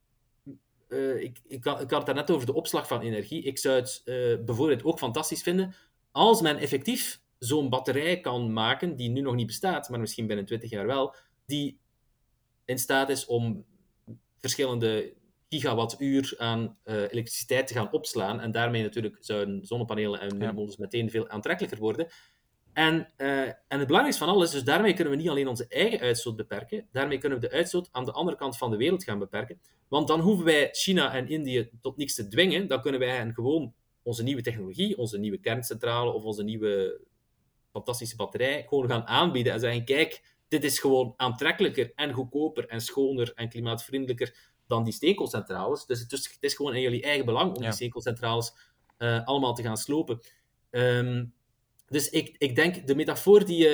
Speaker 1: ik had het daarnet over de opslag van energie. Ik zou het bijvoorbeeld ook fantastisch vinden als men effectief zo'n batterij kan maken, die nu nog niet bestaat, maar misschien binnen 20 jaar wel, die in staat is om verschillende gigawattuur aan elektriciteit te gaan opslaan. En daarmee natuurlijk zouden zonnepanelen en windmolens meteen veel aantrekkelijker worden. En het belangrijkste van alles, dus daarmee kunnen we niet alleen onze eigen uitstoot beperken, daarmee kunnen we de uitstoot aan de andere kant van de wereld gaan beperken. Want dan hoeven wij China en Indië tot niks te dwingen. Dan kunnen wij hen gewoon onze nieuwe technologie, onze nieuwe kerncentrale of onze nieuwe fantastische batterij gewoon gaan aanbieden en zeggen, kijk, dit is gewoon aantrekkelijker en goedkoper en schoner en klimaatvriendelijker dan die steenkoolcentrales. Dus het is gewoon in jullie eigen belang om die steenkoolcentrales allemaal te gaan slopen. Dus ik denk, de metafoor die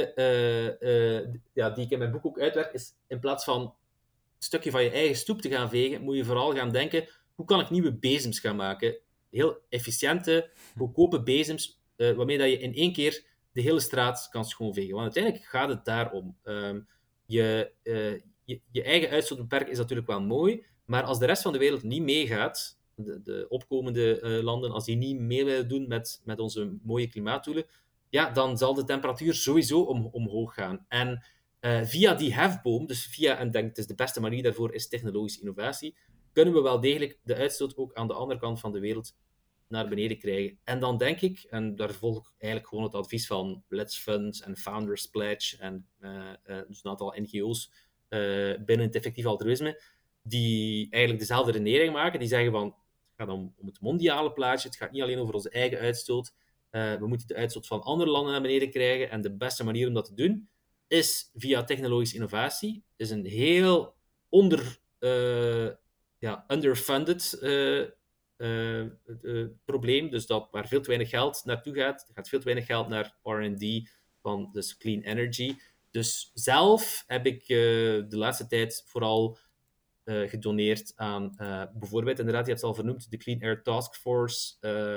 Speaker 1: ik in mijn boek ook uitwerk, is in plaats van een stukje van je eigen stoep te gaan vegen, moet je vooral gaan denken, hoe kan ik nieuwe bezems gaan maken? Heel efficiënte, goedkope bezems, waarmee dat je in één keer de hele straat kan schoonvegen. Want uiteindelijk gaat het daarom. Je eigen uitstoot beperken is natuurlijk wel mooi, maar als de rest van de wereld niet meegaat, de opkomende landen, als die niet mee willen doen met onze mooie klimaatdoelen, ja, dan zal de temperatuur sowieso omhoog gaan. En via die hefboom, dus via, en denk, het is de beste manier daarvoor is technologische innovatie, kunnen we wel degelijk de uitstoot ook aan de andere kant van de wereld naar beneden krijgen. En dan denk ik, en daar volg ik eigenlijk gewoon het advies van Let's Fund en Founders Pledge en dus een aantal NGO's binnen het effectief altruïsme, die eigenlijk dezelfde redenering maken, die zeggen van, het gaat om het mondiale plaatje, het gaat niet alleen over onze eigen uitstoot, we moeten de uitstoot van andere landen naar beneden krijgen, en de beste manier om dat te doen, is via technologische innovatie. Het is een heel underfunded probleem, dus waar veel te weinig geld naartoe gaat. Er gaat veel te weinig geld naar R&D van dus clean energy. Dus zelf heb ik de laatste tijd vooral gedoneerd aan bijvoorbeeld, inderdaad, je hebt het al vernoemd, de Clean Air Task Force,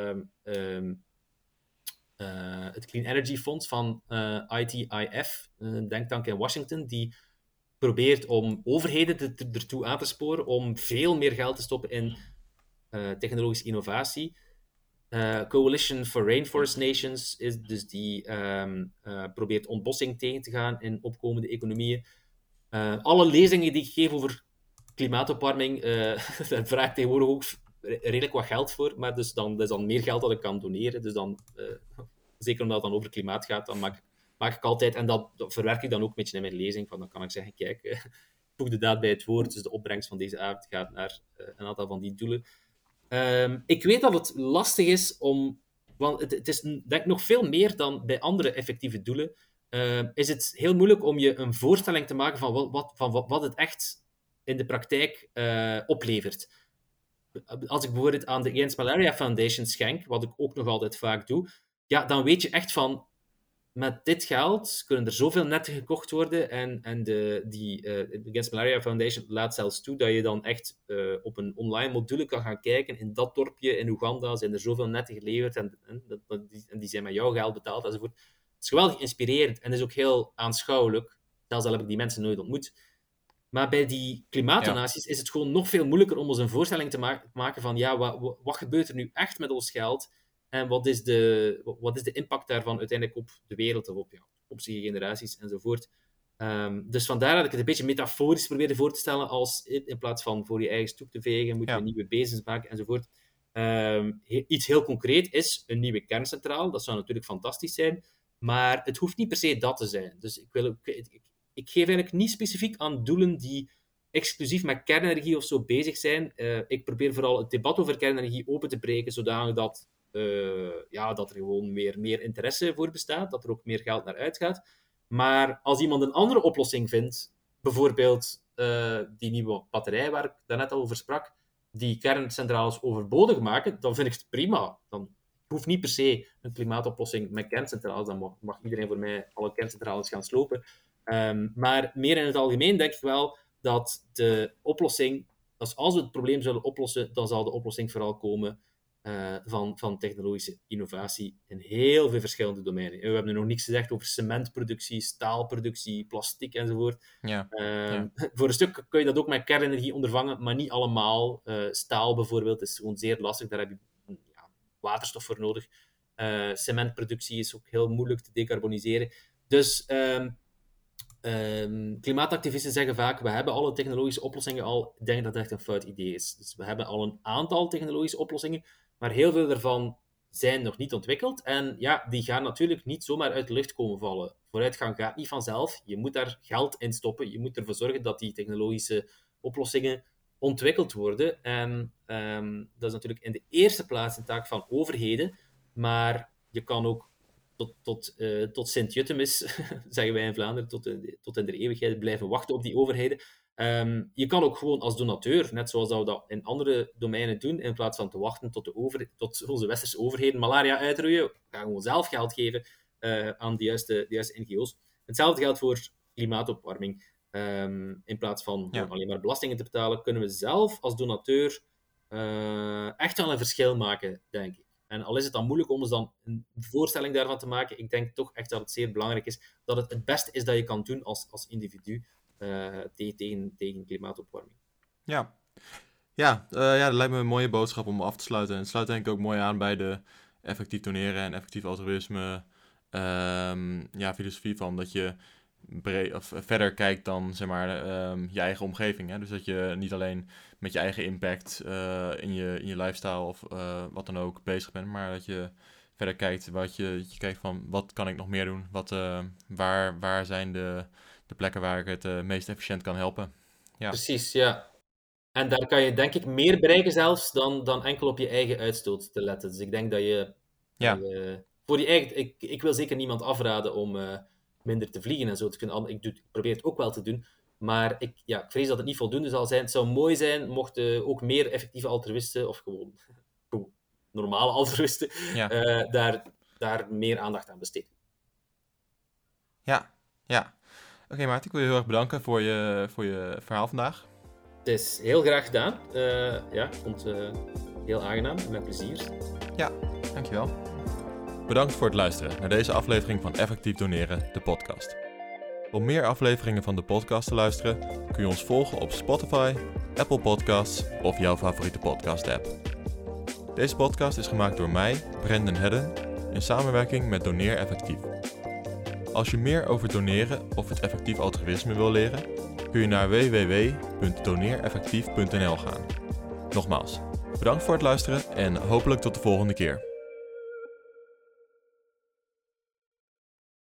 Speaker 1: het Clean Energy Fonds van ITIF, een denktank in Washington, die probeert om overheden ertoe aan te sporen om veel meer geld te stoppen in technologische innovatie. Coalition for Rainforest Nations is dus die probeert ontbossing tegen te gaan in opkomende economieën. Alle lezingen die ik geef over klimaatopwarming, daar vraag ik tegenwoordig ook redelijk wat geld voor, maar dus dat is dan meer geld dat ik kan doneren. Dus dan, zeker omdat het dan over klimaat gaat, dan maak ik altijd, en dat verwerk ik dan ook een beetje in mijn lezing, van dan kan ik zeggen, kijk, voeg de daad bij het woord, dus de opbrengst van deze avond gaat naar een aantal van die doelen. Ik weet dat het lastig is want het is denk ik nog veel meer dan bij andere effectieve doelen, is het heel moeilijk om je een voorstelling te maken van wat het echt in de praktijk oplevert. Als ik bijvoorbeeld aan de Against Malaria Foundation schenk, wat ik ook nog altijd vaak doe, ja, dan weet je echt van, met dit geld kunnen er zoveel netten gekocht worden en de Against Malaria Foundation laat zelfs toe dat je dan echt op een online module kan gaan kijken. In dat dorpje in Oeganda zijn er zoveel netten geleverd en die zijn met jouw geld betaald enzovoort. Het is geweldig inspirerend en is ook heel aanschouwelijk. Zelfs al heb ik die mensen nooit ontmoet. Maar bij die klimaatdonaties is het gewoon nog veel moeilijker om ons een voorstelling te maken van ja, wat gebeurt er nu echt met ons geld? En wat is de impact daarvan uiteindelijk op de wereld of op toekomstige generaties enzovoort. Dus vandaar dat ik het een beetje metaforisch probeerde voor te stellen als in plaats van voor je eigen stoep te vegen, moet je nieuwe bezems maken enzovoort. Iets heel concreet is een nieuwe kerncentraal. Dat zou natuurlijk fantastisch zijn, maar het hoeft niet per se dat te zijn. Dus ik geef eigenlijk niet specifiek aan doelen die exclusief met kernenergie of zo bezig zijn. Ik probeer vooral het debat over kernenergie open te breken, zodanig dat er gewoon meer interesse voor bestaat, dat er ook meer geld naar uitgaat. Maar als iemand een andere oplossing vindt, bijvoorbeeld die nieuwe batterij waar ik daarnet al over sprak, die kerncentrales overbodig maken, dan vind ik het prima. Dan hoeft niet per se een klimaatoplossing met kerncentrales. Dan mag iedereen voor mij alle kerncentrales gaan slopen. Maar meer in het algemeen denk ik wel dat de oplossing, als we het probleem zullen oplossen, dan zal de oplossing vooral komen van technologische innovatie in heel veel verschillende domeinen. We hebben nog niks gezegd over cementproductie, staalproductie, plastic enzovoort.
Speaker 2: Ja.
Speaker 1: Voor een stuk kun je dat ook met kernenergie ondervangen, maar niet allemaal. Staal bijvoorbeeld is gewoon zeer lastig, daar heb je waterstof voor nodig. Cementproductie is ook heel moeilijk te decarboniseren. Dus klimaatactivisten zeggen vaak, we hebben alle technologische oplossingen al. Ik denk dat dat echt een fout idee is. Dus we hebben al een aantal technologische oplossingen, maar heel veel daarvan zijn nog niet ontwikkeld. En ja, die gaan natuurlijk niet zomaar uit de lucht komen vallen. Vooruitgang gaat niet vanzelf. Je moet daar geld in stoppen. Je moet ervoor zorgen dat die technologische oplossingen ontwikkeld worden. En dat is natuurlijk in de eerste plaats een taak van overheden. Maar je kan ook tot Sint-Jutemis, zeggen wij in Vlaanderen, tot in de eeuwigheid blijven wachten op die overheden. Je kan ook gewoon als donateur, net zoals we dat in andere domeinen doen, in plaats van te wachten tot onze westerse overheden malaria uitroeien, gaan gewoon zelf geld geven aan de juiste NGO's. Hetzelfde geldt voor klimaatopwarming. In plaats van alleen maar belastingen te betalen, kunnen we zelf als donateur echt wel een verschil maken, denk ik. En al is het dan moeilijk om ons dan een voorstelling daarvan te maken, ik denk toch echt dat het zeer belangrijk is dat het beste is dat je kan doen als individu tegen klimaatopwarming.
Speaker 2: Ja, dat lijkt me een mooie boodschap om af te sluiten. En het sluit denk ik ook mooi aan bij de effectief doneren en effectief altruïsme filosofie van dat je verder kijkt dan zeg maar je eigen omgeving. Hè? Dus dat je niet alleen met je eigen impact in je lifestyle of wat dan ook bezig bent, maar dat je verder kijkt, je kijkt van wat kan ik nog meer doen? Waar zijn de plekken waar ik het meest efficiënt kan helpen? Ja.
Speaker 1: Precies, ja. En daar kan je denk ik meer bereiken zelfs dan enkel op je eigen uitstoot te letten. Dus ik denk dat je voor je eigen... Ik wil zeker niemand afraden om minder te vliegen en zo te kunnen. Ik probeer het ook wel te doen. Maar ik vrees dat het niet voldoende zal zijn. Het zou mooi zijn mochten ook meer effectieve altruïsten, of gewoon normale altruïsten, daar meer aandacht aan besteden.
Speaker 2: Ja. Oké, Maarten, ik wil je heel erg bedanken voor je verhaal vandaag.
Speaker 1: Het is heel graag gedaan. Ik vond het heel aangenaam en met plezier.
Speaker 2: Ja, dankjewel. Bedankt voor het luisteren naar deze aflevering van Effectief Doneren, de podcast. Om meer afleveringen van de podcast te luisteren, kun je ons volgen op Spotify, Apple Podcasts of jouw favoriete podcast-app. Deze podcast is gemaakt door mij, Brendan Hedden, in samenwerking met Doneer Effectief. Als je meer over doneren of het effectief altruïsme wil leren, kun je naar www.doneereffectief.nl gaan. Nogmaals, bedankt voor het luisteren en hopelijk tot de volgende keer.